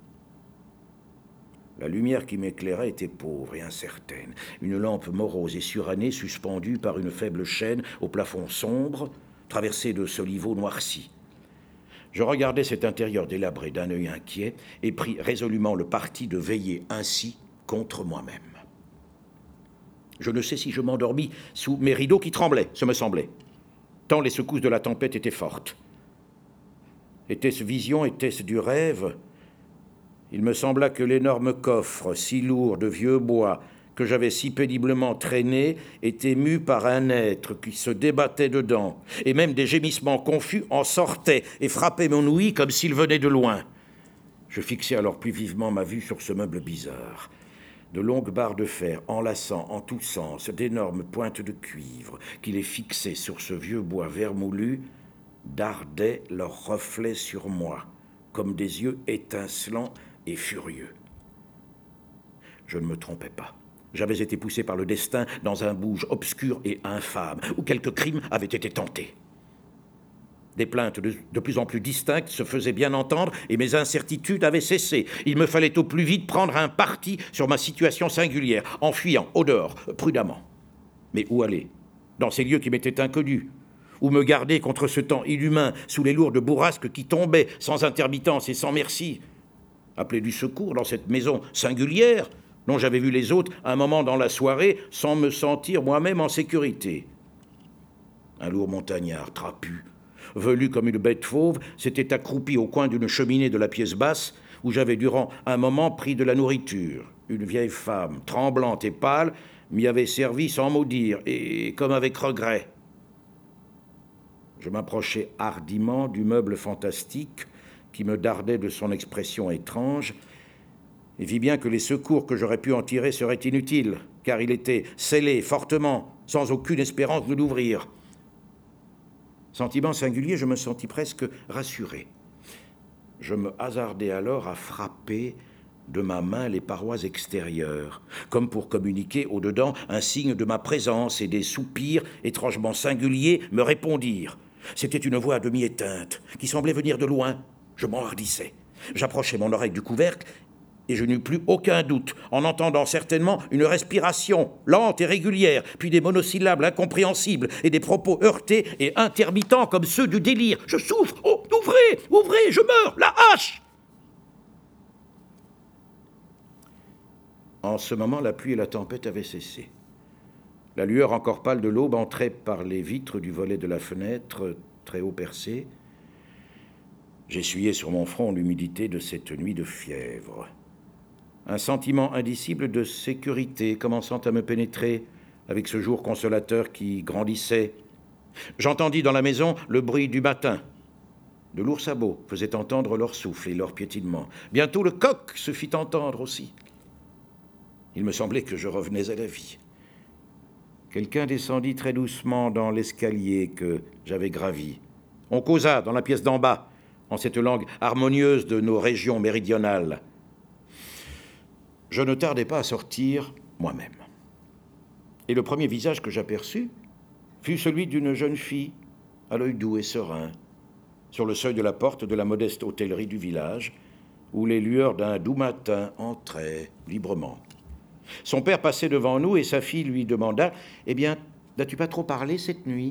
La lumière qui m'éclairait était pauvre et incertaine. Une lampe morose et surannée suspendue par une faible chaîne au plafond sombre, traversée de soliveaux noircis. Je regardais cet intérieur délabré d'un œil inquiet et pris résolument le parti de veiller ainsi contre moi-même. Je ne sais si je m'endormis sous mes rideaux qui tremblaient, ce me semblait, tant les secousses de la tempête étaient fortes. Était-ce vision, était-ce du rêve ? Il me sembla que l'énorme coffre, si lourd de vieux bois, que j'avais si péniblement traîné, était mu par un être qui se débattait dedans, et même des gémissements confus en sortaient et frappaient mon ouïe comme s'ils venaient de loin. Je fixai alors plus vivement ma vue sur ce meuble bizarre. De longues barres de fer, enlaçant en tous sens d'énormes pointes de cuivre qui les fixaient sur ce vieux bois vermoulu, dardaient leurs reflets sur moi, comme des yeux étincelants et furieux. Je ne me trompais pas. J'avais été poussé par le destin dans un bouge obscur et infâme, où quelque crime avait été tenté. Des plaintes de, de plus en plus distinctes se faisaient bien entendre et mes incertitudes avaient cessé. Il me fallait au plus vite prendre un parti sur ma situation singulière, en fuyant au dehors, prudemment. Mais où aller ? Dans ces lieux qui m'étaient inconnus ? Où me garder contre ce temps inhumain, sous les lourdes bourrasques qui tombaient, sans intermittence et sans merci ? Appeler du secours dans cette maison singulière, dont j'avais vu les autres un moment dans la soirée, sans me sentir moi-même en sécurité. Un lourd montagnard trapu, velu comme une bête fauve, s'était accroupi au coin d'une cheminée de la pièce basse, où j'avais durant un moment pris de la nourriture. Une vieille femme, tremblante et pâle, m'y avait servi sans mot dire, et comme avec regret. Je m'approchai hardiment du meuble fantastique qui me dardait de son expression étrange, et vis bien que les secours que j'aurais pu en tirer seraient inutiles, car il était scellé fortement, sans aucune espérance de l'ouvrir. Sentiment singulier, je me sentis presque rassuré. Je me hasardai alors à frapper de ma main les parois extérieures, comme pour communiquer au-dedans un signe de ma présence, et des soupirs étrangement singuliers me répondirent. C'était une voix à demi éteinte, qui semblait venir de loin. Je m'enhardissais. J'approchai mon oreille du couvercle, et je n'eus plus aucun doute, en entendant certainement une respiration lente et régulière, puis des monosyllabes incompréhensibles et des propos heurtés et intermittents comme ceux du délire. « Je souffre! Oh, ouvrez! Ouvrez! Je meurs! La hache !» En ce moment, la pluie et la tempête avaient cessé. La lueur encore pâle de l'aube entrait par les vitres du volet de la fenêtre, très haut percée. J'essuyais sur mon front l'humidité de cette nuit de fièvre. Un sentiment indicible de sécurité commençant à me pénétrer avec ce jour consolateur qui grandissait. J'entendis dans la maison le bruit du matin. De lourds sabots faisaient entendre leur souffle et leur piétinement. Bientôt le coq se fit entendre aussi. Il me semblait que je revenais à la vie. Quelqu'un descendit très doucement dans l'escalier que j'avais gravi. On causa dans la pièce d'en bas, en cette langue harmonieuse de nos régions méridionales. Je ne tardai pas à sortir moi-même. Et le premier visage que j'aperçus fut celui d'une jeune fille, à l'œil doux et serein, sur le seuil de la porte de la modeste hôtellerie du village, où les lueurs d'un doux matin entraient librement. Son père passait devant nous et sa fille lui demanda « Eh bien, n'as-tu pas trop parlé cette nuit ?»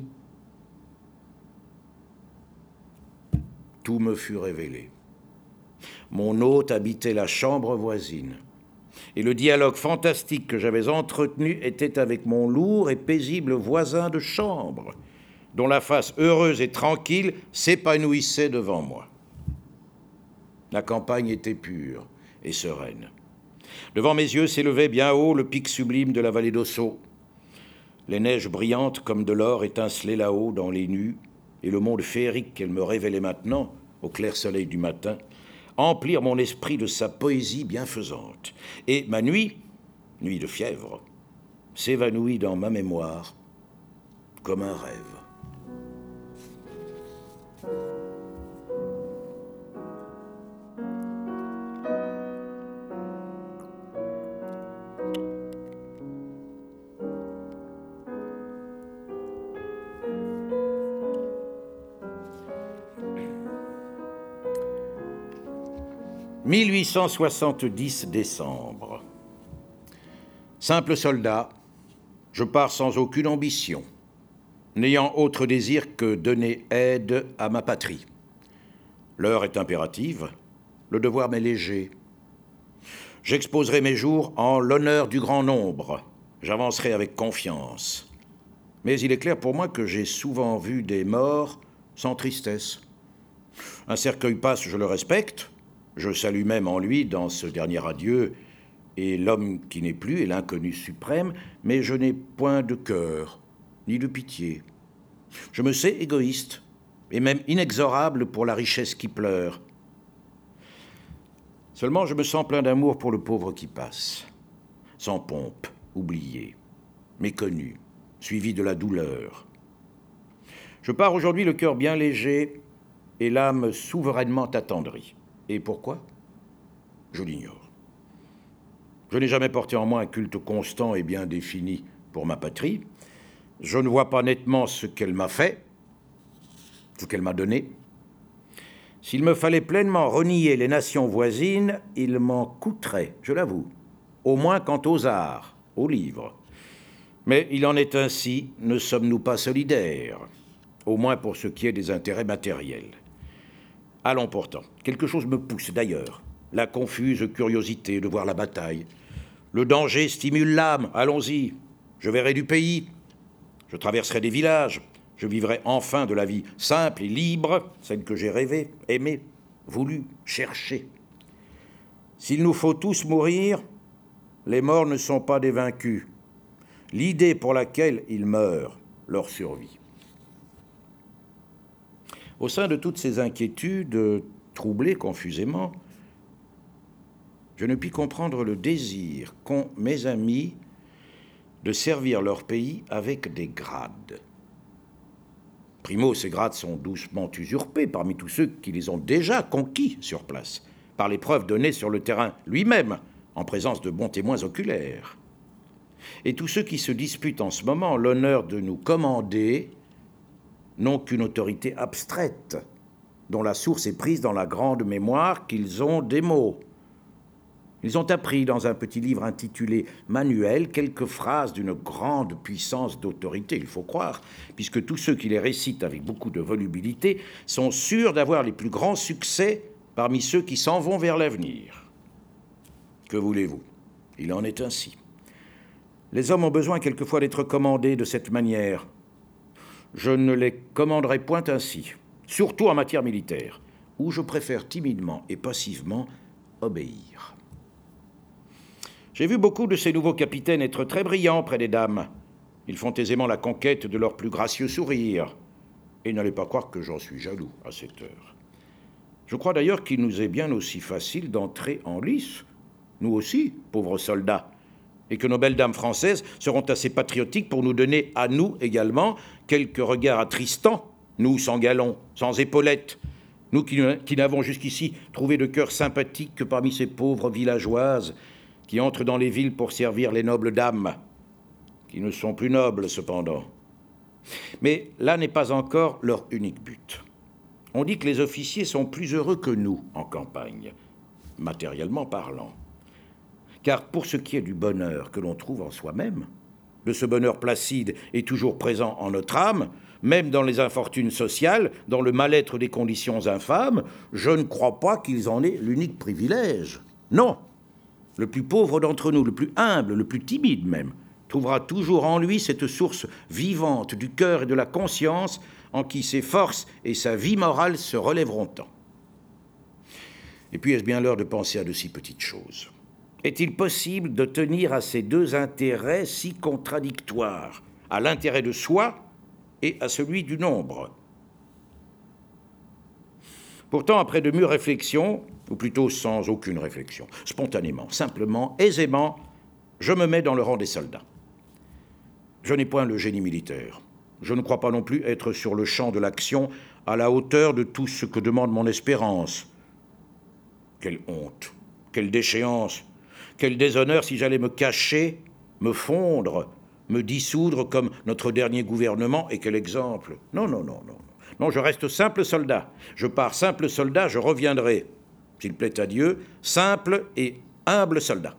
Tout me fut révélé. Mon hôte habitait la chambre voisine. et le dialogue fantastique que j'avais entretenu était avec mon lourd et paisible voisin de chambre, dont la face heureuse et tranquille s'épanouissait devant moi. La campagne était pure et sereine. Devant mes yeux s'élevait bien haut le pic sublime de la vallée d'Ossau. Les neiges brillantes comme de l'or étincelaient là-haut dans les nues, et le monde féerique qu'elle me révélait maintenant, au clair soleil du matin, emplirent mon esprit de sa poésie bienfaisante. Et ma nuit, nuit de fièvre, s'évanouit dans ma mémoire comme un rêve. mille huit cent soixante-dix décembre. Simple soldat, je pars sans aucune ambition, n'ayant autre désir que donner aide à ma patrie. L'heure est impérative, le devoir m'est léger. J'exposerai mes jours en l'honneur du grand nombre, j'avancerai avec confiance. Mais il est clair pour moi que j'ai souvent vu des morts sans tristesse. Un cercueil passe, je le respecte. Je salue même en lui, dans ce dernier adieu, et l'homme qui n'est plus et l'inconnu suprême, mais je n'ai point de cœur, ni de pitié. Je me sais égoïste, et même inexorable pour la richesse qui pleure. Seulement, je me sens plein d'amour pour le pauvre qui passe, sans pompe, oublié, méconnu, suivi de la douleur. Je pars aujourd'hui le cœur bien léger et l'âme souverainement attendrie. Et pourquoi? Je l'ignore. Je n'ai jamais porté en moi un culte constant et bien défini pour ma patrie. Je ne vois pas nettement ce qu'elle m'a fait, ce qu'elle m'a donné. S'il me fallait pleinement renier les nations voisines, il m'en coûterait, je l'avoue, au moins quant aux arts, aux livres. Mais il en est ainsi, ne sommes-nous pas solidaires, au moins pour ce qui est des intérêts matériels. Allons pourtant, quelque chose me pousse d'ailleurs, la confuse curiosité de voir la bataille. Le danger stimule l'âme, allons-y, je verrai du pays, je traverserai des villages, je vivrai enfin de la vie simple et libre, celle que j'ai rêvée, aimée, voulu, cherchée. S'il nous faut tous mourir, les morts ne sont pas des vaincus. L'idée pour laquelle ils meurent leur survie. Au sein de toutes ces inquiétudes, troublées confusément, je ne puis comprendre le désir qu'ont mes amis de servir leur pays avec des grades. Primo, ces grades sont doucement usurpés parmi tous ceux qui les ont déjà conquis sur place, par les preuves données sur le terrain lui-même, en présence de bons témoins oculaires. Et tous ceux qui se disputent en ce moment l'honneur de nous commander n'ont qu'une autorité abstraite, dont la source est prise dans la grande mémoire qu'ils ont des mots. Ils ont appris dans un petit livre intitulé « Manuel » quelques phrases d'une grande puissance d'autorité, il faut croire, puisque tous ceux qui les récitent avec beaucoup de volubilité sont sûrs d'avoir les plus grands succès parmi ceux qui s'en vont vers l'avenir. Que voulez-vous? Il en est ainsi. Les hommes ont besoin quelquefois d'être commandés de cette manière. Je ne les commanderai point ainsi, surtout en matière militaire, où je préfère timidement et passivement obéir. J'ai vu beaucoup de ces nouveaux capitaines être très brillants près des dames. Ils font aisément la conquête de leur plus gracieux sourire. Et n'allez pas croire que j'en suis jaloux à cette heure. Je crois d'ailleurs qu'il nous est bien aussi facile d'entrer en lice, nous aussi, pauvres soldats, et que nos belles dames françaises seront assez patriotiques pour nous donner à nous également quelques regards attristants, nous sans galons, sans épaulettes, nous qui, qui n'avons jusqu'ici trouvé de cœur sympathique que parmi ces pauvres villageoises qui entrent dans les villes pour servir les nobles dames, qui ne sont plus nobles cependant. Mais là n'est pas encore leur unique but. On dit que les officiers sont plus heureux que nous en campagne, matériellement parlant. Car pour ce qui est du bonheur que l'on trouve en soi-même, de ce bonheur placide et toujours présent en notre âme, même dans les infortunes sociales, dans le mal-être des conditions infâmes, je ne crois pas qu'ils en aient l'unique privilège. Non, le plus pauvre d'entre nous, le plus humble, le plus timide même, trouvera toujours en lui cette source vivante du cœur et de la conscience en qui ses forces et sa vie morale se relèveront tant. Et puis, est-ce bien l'heure de penser à de si petites choses? Est-il possible de tenir à ces deux intérêts si contradictoires, à l'intérêt de soi et à celui du nombre? Pourtant, après de mûres réflexions, ou plutôt sans aucune réflexion, spontanément, simplement, aisément, je me mets dans le rang des soldats. Je n'ai point le génie militaire. Je ne crois pas non plus être sur le champ de l'action à la hauteur de tout ce que demande mon espérance. Quelle honte, quelle déchéance, quel déshonneur si j'allais me cacher, me fondre, me dissoudre comme notre dernier gouvernement, et quel exemple. Non, non, non, non. Non, je reste simple soldat. Je pars simple soldat, je reviendrai, s'il plaît à Dieu, simple et humble soldat.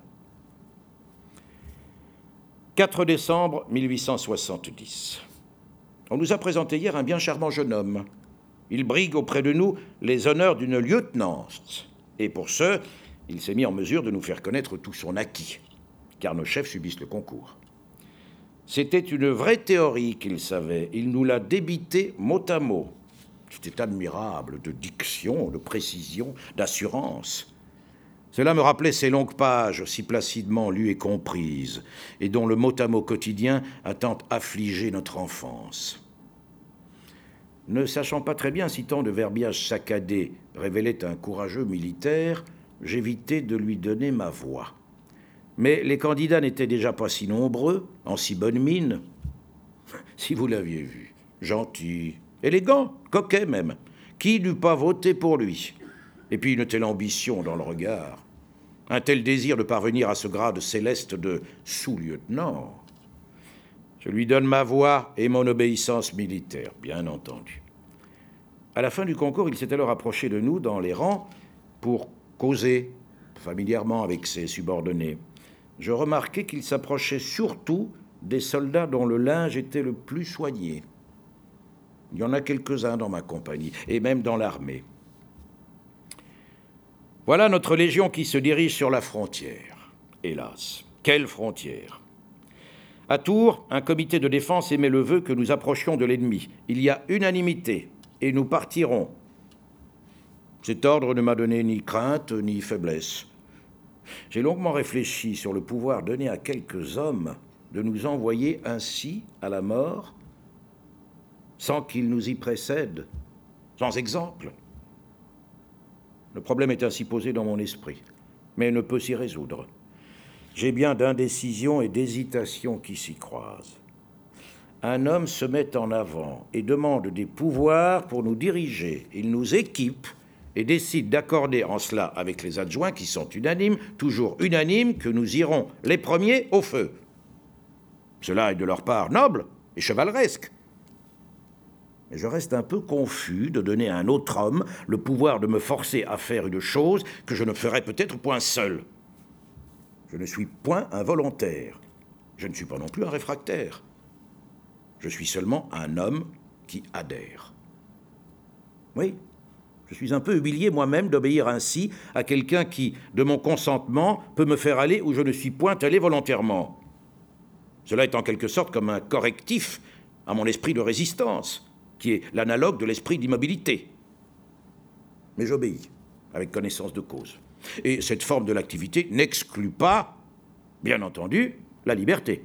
quatre décembre mille huit cent soixante-dix. On nous a présenté hier un bien charmant jeune homme. Il brigue auprès de nous les honneurs d'une lieutenance. Et pour ce, il s'est mis en mesure de nous faire connaître tout son acquis, car nos chefs subissent le concours. C'était une vraie théorie qu'il savait. Il nous l'a débité mot à mot. C'était admirable, de diction, de précision, d'assurance. Cela me rappelait ces longues pages, si placidement lues et comprises, et dont le mot à mot quotidien a tant affligé notre enfance. Ne sachant pas très bien si tant de verbiage saccadé révélait un courageux militaire, j'évitais de lui donner ma voix. Mais les candidats n'étaient déjà pas si nombreux, en si bonne mine. Si vous l'aviez vu, gentil, élégant, coquet même, qui n'eût pas voté pour lui? Et puis une telle ambition dans le regard, un tel désir de parvenir à ce grade céleste de sous-lieutenant. Je lui donne ma voix et mon obéissance militaire, bien entendu. À la fin du concours, il s'est alors approché de nous dans les rangs pour causer familièrement avec ses subordonnés. Je remarquai qu'il s'approchait surtout des soldats dont le linge était le plus soigné. Il y en a quelques-uns dans ma compagnie, et même dans l'armée. Voilà notre légion qui se dirige sur la frontière. Hélas, quelle frontière! À Tours, un comité de défense émet le vœu que nous approchions de l'ennemi. Il y a unanimité, et nous partirons. Cet ordre ne m'a donné ni crainte, ni faiblesse. J'ai longuement réfléchi sur le pouvoir donné à quelques hommes de nous envoyer ainsi à la mort, sans qu'ils nous y précèdent, sans exemple. Le problème est ainsi posé dans mon esprit, mais ne peut s'y résoudre. J'ai bien d'indécision et d'hésitation qui s'y croisent. Un homme se met en avant et demande des pouvoirs pour nous diriger. Il nous équipe et décide d'accorder en cela avec les adjoints qui sont unanimes, toujours unanimes, que nous irons les premiers au feu. Cela est de leur part noble et chevaleresque. Mais je reste un peu confus de donner à un autre homme le pouvoir de me forcer à faire une chose que je ne ferais peut-être point seul. Je ne suis point un volontaire. Je ne suis pas non plus un réfractaire. Je suis seulement un homme qui adhère. Oui, je suis un peu humilié moi-même d'obéir ainsi à quelqu'un qui, de mon consentement, peut me faire aller où je ne suis point allé volontairement. Cela est en quelque sorte comme un correctif à mon esprit de résistance, qui est l'analogue de l'esprit d'immobilité. Mais j'obéis, avec connaissance de cause. Et cette forme de l'activité n'exclut pas, bien entendu, la liberté.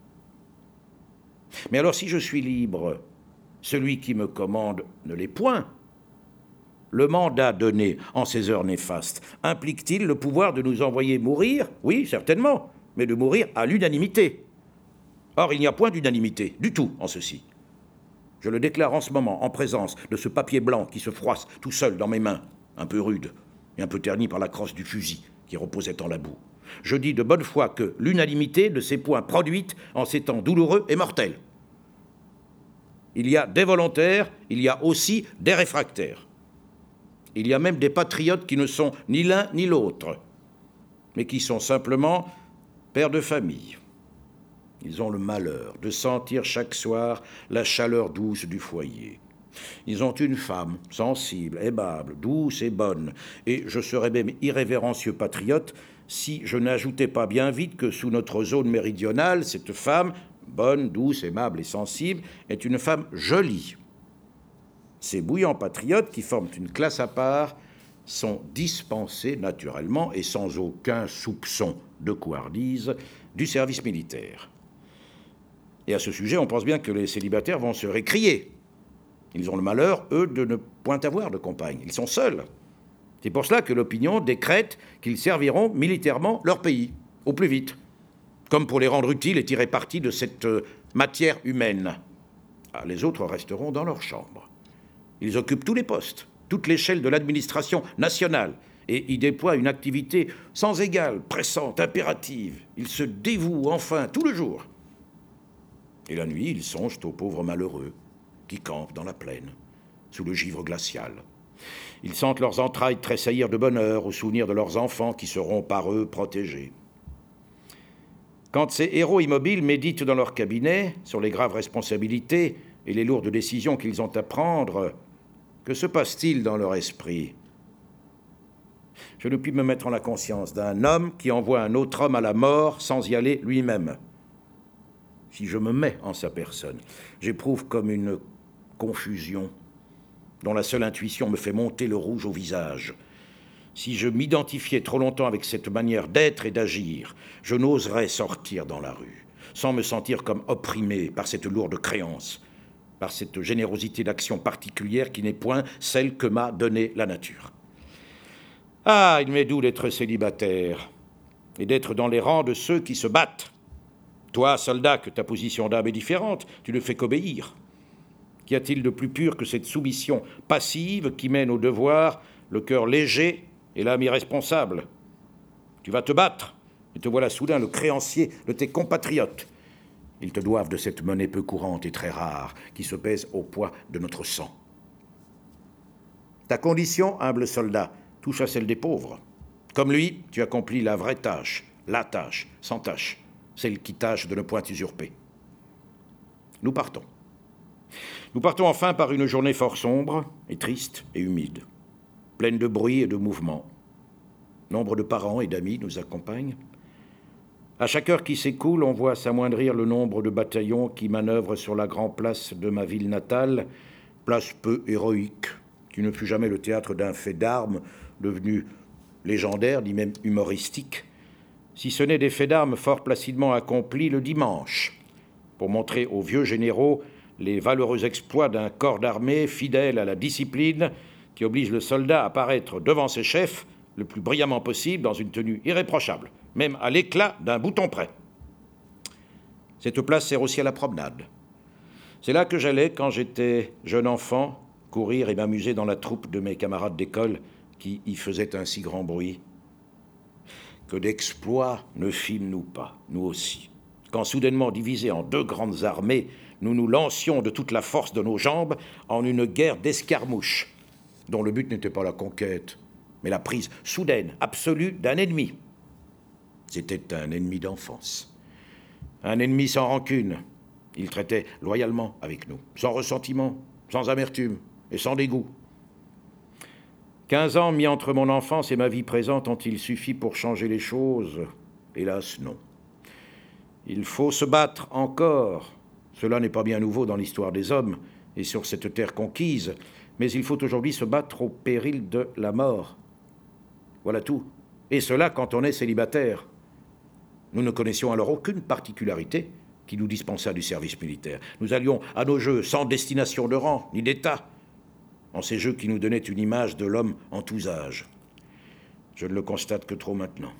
Mais alors, si je suis libre, celui qui me commande ne l'est point. Le mandat donné en ces heures néfastes implique-t-il le pouvoir de nous envoyer mourir? Oui, certainement, mais de mourir à l'unanimité. Or, il n'y a point d'unanimité, du tout, en ceci. Je le déclare en ce moment, en présence de ce papier blanc qui se froisse tout seul dans mes mains, un peu rude et un peu terni par la crosse du fusil qui reposait en la boue. Je dis de bonne foi que l'unanimité ne s'est point produite en ces temps douloureux et mortels. Il y a des volontaires, il y a aussi des réfractaires. Il y a même des patriotes qui ne sont ni l'un ni l'autre, mais qui sont simplement pères de famille. Ils ont le malheur de sentir chaque soir la chaleur douce du foyer. Ils ont une femme sensible, aimable, douce et bonne, et je serais même irrévérencieux patriote si je n'ajoutais pas bien vite que sous notre zone méridionale, cette femme, bonne, douce, aimable et sensible, est une femme jolie. Ces bouillants patriotes, qui forment une classe à part, sont dispensés naturellement et sans aucun soupçon de couardise du service militaire. Et à ce sujet, on pense bien que les célibataires vont se récrier. Ils ont le malheur, eux, de ne point avoir de compagne. Ils sont seuls. C'est pour cela que l'opinion décrète qu'ils serviront militairement leur pays, au plus vite, comme pour les rendre utiles et tirer parti de cette matière humaine. Ah, les autres resteront dans leur chambre. Ils occupent tous les postes, toute l'échelle de l'administration nationale, et y déploient une activité sans égale, pressante, impérative. Ils se dévouent enfin tout le jour. Et la nuit, ils songent aux pauvres malheureux qui campent dans la plaine, sous le givre glacial. Ils sentent leurs entrailles tressaillir de bonheur au souvenir de leurs enfants qui seront par eux protégés. Quand ces héros immobiles méditent dans leur cabinet sur les graves responsabilités et les lourdes décisions qu'ils ont à prendre, que se passe-t-il dans leur esprit ? Je ne puis me mettre en la conscience d'un homme qui envoie un autre homme à la mort sans y aller lui-même. Si je me mets en sa personne, j'éprouve comme une confusion dont la seule intuition me fait monter le rouge au visage. Si je m'identifiais trop longtemps avec cette manière d'être et d'agir, je n'oserais sortir dans la rue, sans me sentir comme opprimé par cette lourde créance, par cette générosité d'action particulière qui n'est point celle que m'a donnée la nature. Ah, il m'est doux d'être célibataire et d'être dans les rangs de ceux qui se battent. Toi, soldat, que ta position d'âme est différente, tu ne fais qu'obéir. Qu'y a-t-il de plus pur que cette soumission passive qui mène au devoir le cœur léger et l'âme irresponsable ? Tu vas te battre, et te voilà soudain le créancier de tes compatriotes. Ils te doivent de cette monnaie peu courante et très rare, qui se pèse au poids de notre sang. Ta condition, humble soldat, touche à celle des pauvres. Comme lui, tu accomplis la vraie tâche, la tâche, sans tâche, celle qui tâche de ne point usurper. Nous partons. Nous partons enfin par une journée fort sombre et triste et humide, pleine de bruit et de mouvement. Nombre de parents et d'amis nous accompagnent. À chaque heure qui s'écoule, on voit s'amoindrir le nombre de bataillons qui manœuvrent sur la grande place de ma ville natale, place peu héroïque, qui ne fut jamais le théâtre d'un fait d'armes devenu légendaire, ni même humoristique, si ce n'est des faits d'armes fort placidement accomplis le dimanche, pour montrer aux vieux généraux les valeureux exploits d'un corps d'armée fidèle à la discipline qui oblige le soldat à paraître devant ses chefs le plus brillamment possible dans une tenue irréprochable, même à l'éclat d'un bouton près. Cette place sert aussi à la promenade. C'est là que j'allais, quand j'étais jeune enfant, courir et m'amuser dans la troupe de mes camarades d'école qui y faisaient un si grand bruit. Que d'exploits ne fîmes-nous pas, nous aussi, quand soudainement divisés en deux grandes armées, nous nous lancions de toute la force de nos jambes en une guerre d'escarmouches, dont le but n'était pas la conquête, mais la prise soudaine, absolue d'un ennemi. C'était un ennemi d'enfance, un ennemi sans rancune. Il traitait loyalement avec nous, sans ressentiment, sans amertume et sans dégoût. Quinze ans mis entre mon enfance et ma vie présente ont-ils suffi pour changer les choses ? Hélas, non. Il faut se battre encore. Cela n'est pas bien nouveau dans l'histoire des hommes et sur cette terre conquise, mais il faut aujourd'hui se battre au péril de la mort. Voilà tout. Et cela quand on est célibataire. Nous ne connaissions alors aucune particularité qui nous dispensât du service militaire. Nous allions à nos jeux sans destination de rang ni d'état, en ces jeux qui nous donnaient une image de l'homme en tous âges. Je ne le constate que trop maintenant.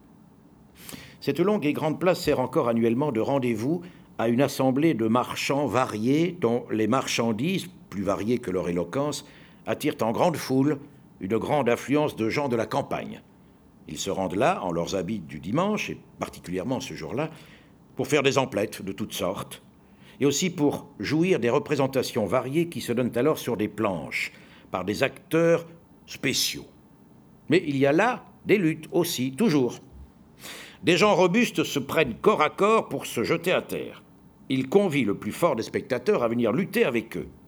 Cette longue et grande place sert encore annuellement de rendez-vous à une assemblée de marchands variés dont les marchandises, plus variées que leur éloquence, attirent en grande foule une grande affluence de gens de la campagne. Ils se rendent là, en leurs habits du dimanche, et particulièrement ce jour-là, pour faire des emplettes de toutes sortes, et aussi pour jouir des représentations variées qui se donnent alors sur des planches, par des acteurs spéciaux. Mais il y a là des luttes aussi, toujours. Des gens robustes se prennent corps à corps pour se jeter à terre. Ils convient le plus fort des spectateurs à venir lutter avec eux.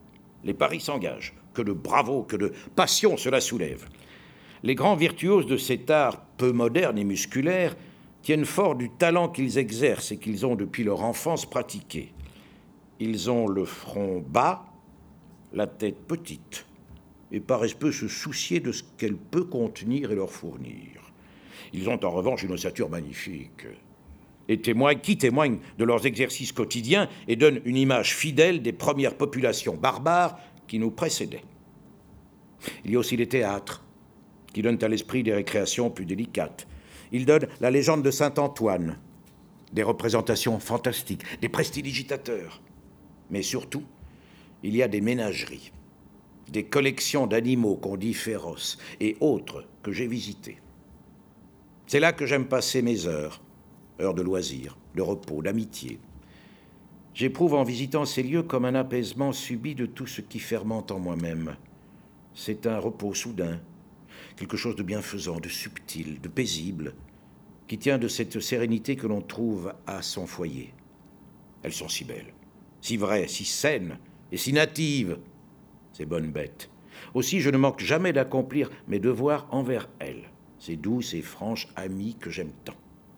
Les paris s'engagent. Que de bravoure, que de passion cela soulève. Les grands virtuoses de cet art peu moderne et musculaire tiennent fort du talent qu'ils exercent et qu'ils ont depuis leur enfance pratiqué. Ils ont le front bas, la tête petite, et paraissent peu se soucier de ce qu'elle peut contenir et leur fournir. Ils ont en revanche une ossature magnifique, et témoignent, qui témoignent de leurs exercices quotidiens et donnent une image fidèle des premières populations barbares qui nous précédaient. Il y a aussi les théâtres, qui donnent à l'esprit des récréations plus délicates. Ils donnent la légende de Saint-Antoine, des représentations fantastiques, des prestidigitateurs. Mais surtout, il y a des ménageries, des collections d'animaux qu'on dit féroces et autres que j'ai visitées. C'est là que j'aime passer mes heures, heures de loisirs, de repos, d'amitié. J'éprouve en visitant ces lieux comme un apaisement subit de tout ce qui fermente en moi-même. C'est un repos soudain, quelque chose de bienfaisant, de subtil, de paisible, qui tient de cette sérénité que l'on trouve à son foyer. Elles sont si belles, si vraies, si saines et si natives, ces bonnes bêtes. Aussi, je ne manque jamais d'accomplir mes devoirs envers elles, ces douces et franches amies que j'aime tant.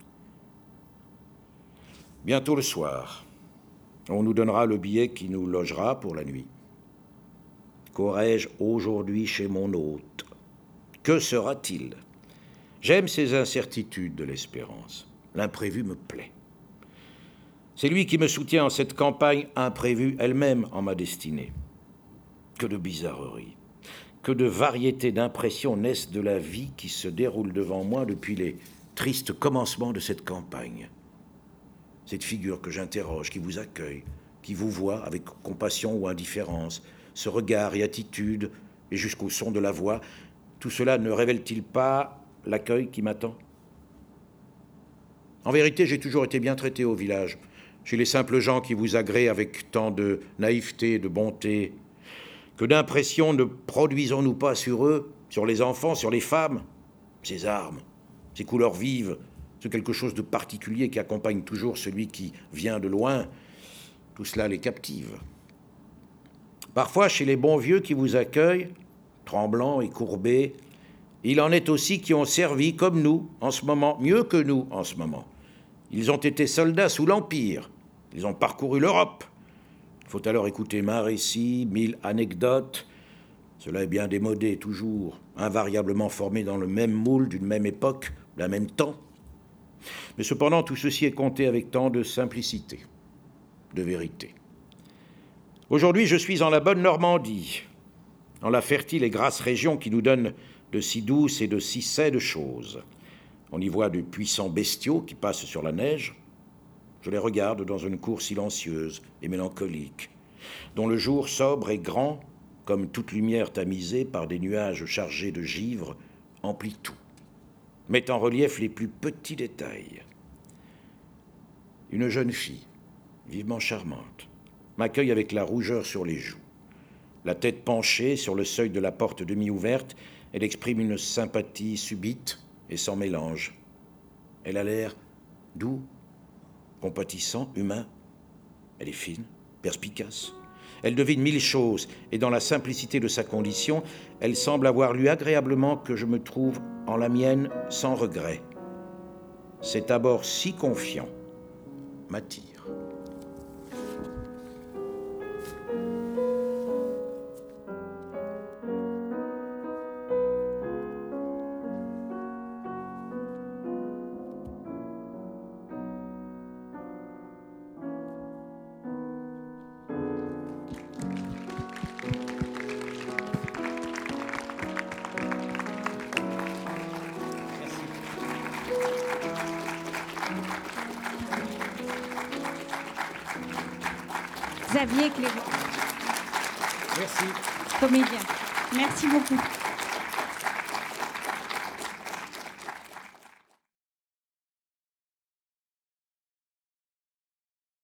Bientôt le soir, on nous donnera le billet qui nous logera pour la nuit. Qu'aurai-je aujourd'hui chez mon hôte? Que sera-t-il? J'aime ces incertitudes de l'espérance. L'imprévu me plaît. C'est lui qui me soutient en cette campagne imprévue elle-même en ma destinée. Que de bizarreries, que de variétés d'impressions naissent de la vie qui se déroule devant moi depuis les tristes commencements de cette campagne. Cette figure que j'interroge, qui vous accueille, qui vous voit avec compassion ou indifférence, ce regard et attitude, et jusqu'au son de la voix, tout cela ne révèle-t-il pas l'accueil qui m'attend? En vérité, j'ai toujours été bien traité au village, chez les simples gens qui vous agréent avec tant de naïveté, de bonté. Que d'impressions ne produisons-nous pas sur eux, sur les enfants, sur les femmes? Ces armes, ces couleurs vives, ce quelque chose de particulier qui accompagne toujours celui qui vient de loin, tout cela les captive. Parfois, chez les bons vieux qui vous accueillent, tremblants et courbés, il en est aussi qui ont servi comme nous en ce moment, mieux que nous en ce moment. Ils ont été soldats sous l'Empire, ils ont parcouru l'Europe. Il faut alors écouter mille récits, mille anecdotes. Cela est bien démodé, toujours, invariablement formé dans le même moule d'une même époque, d'un même temps. Mais cependant, tout ceci est compté avec tant de simplicité, de vérité. Aujourd'hui, je suis en la bonne Normandie, en la fertile et grasse région qui nous donne de si douces et de si saines choses. On y voit de puissants bestiaux qui passent sur la neige. Je les regarde dans une cour silencieuse et mélancolique, dont le jour sobre et grand, comme toute lumière tamisée par des nuages chargés de givre, emplit tout, met en relief les plus petits détails. Une jeune fille, vivement charmante, m'accueille avec la rougeur sur les joues. La tête penchée sur le seuil de la porte demi-ouverte, elle exprime une sympathie subite et sans mélange. Elle a l'air doux, compatissant, humain. Elle est fine, perspicace. Elle devine mille choses, et dans la simplicité de sa condition, elle semble avoir lu agréablement que je me trouve en la mienne sans regret. Cet abord si confiant m'attire. Xavier Clément. Merci. Comédien. Merci beaucoup.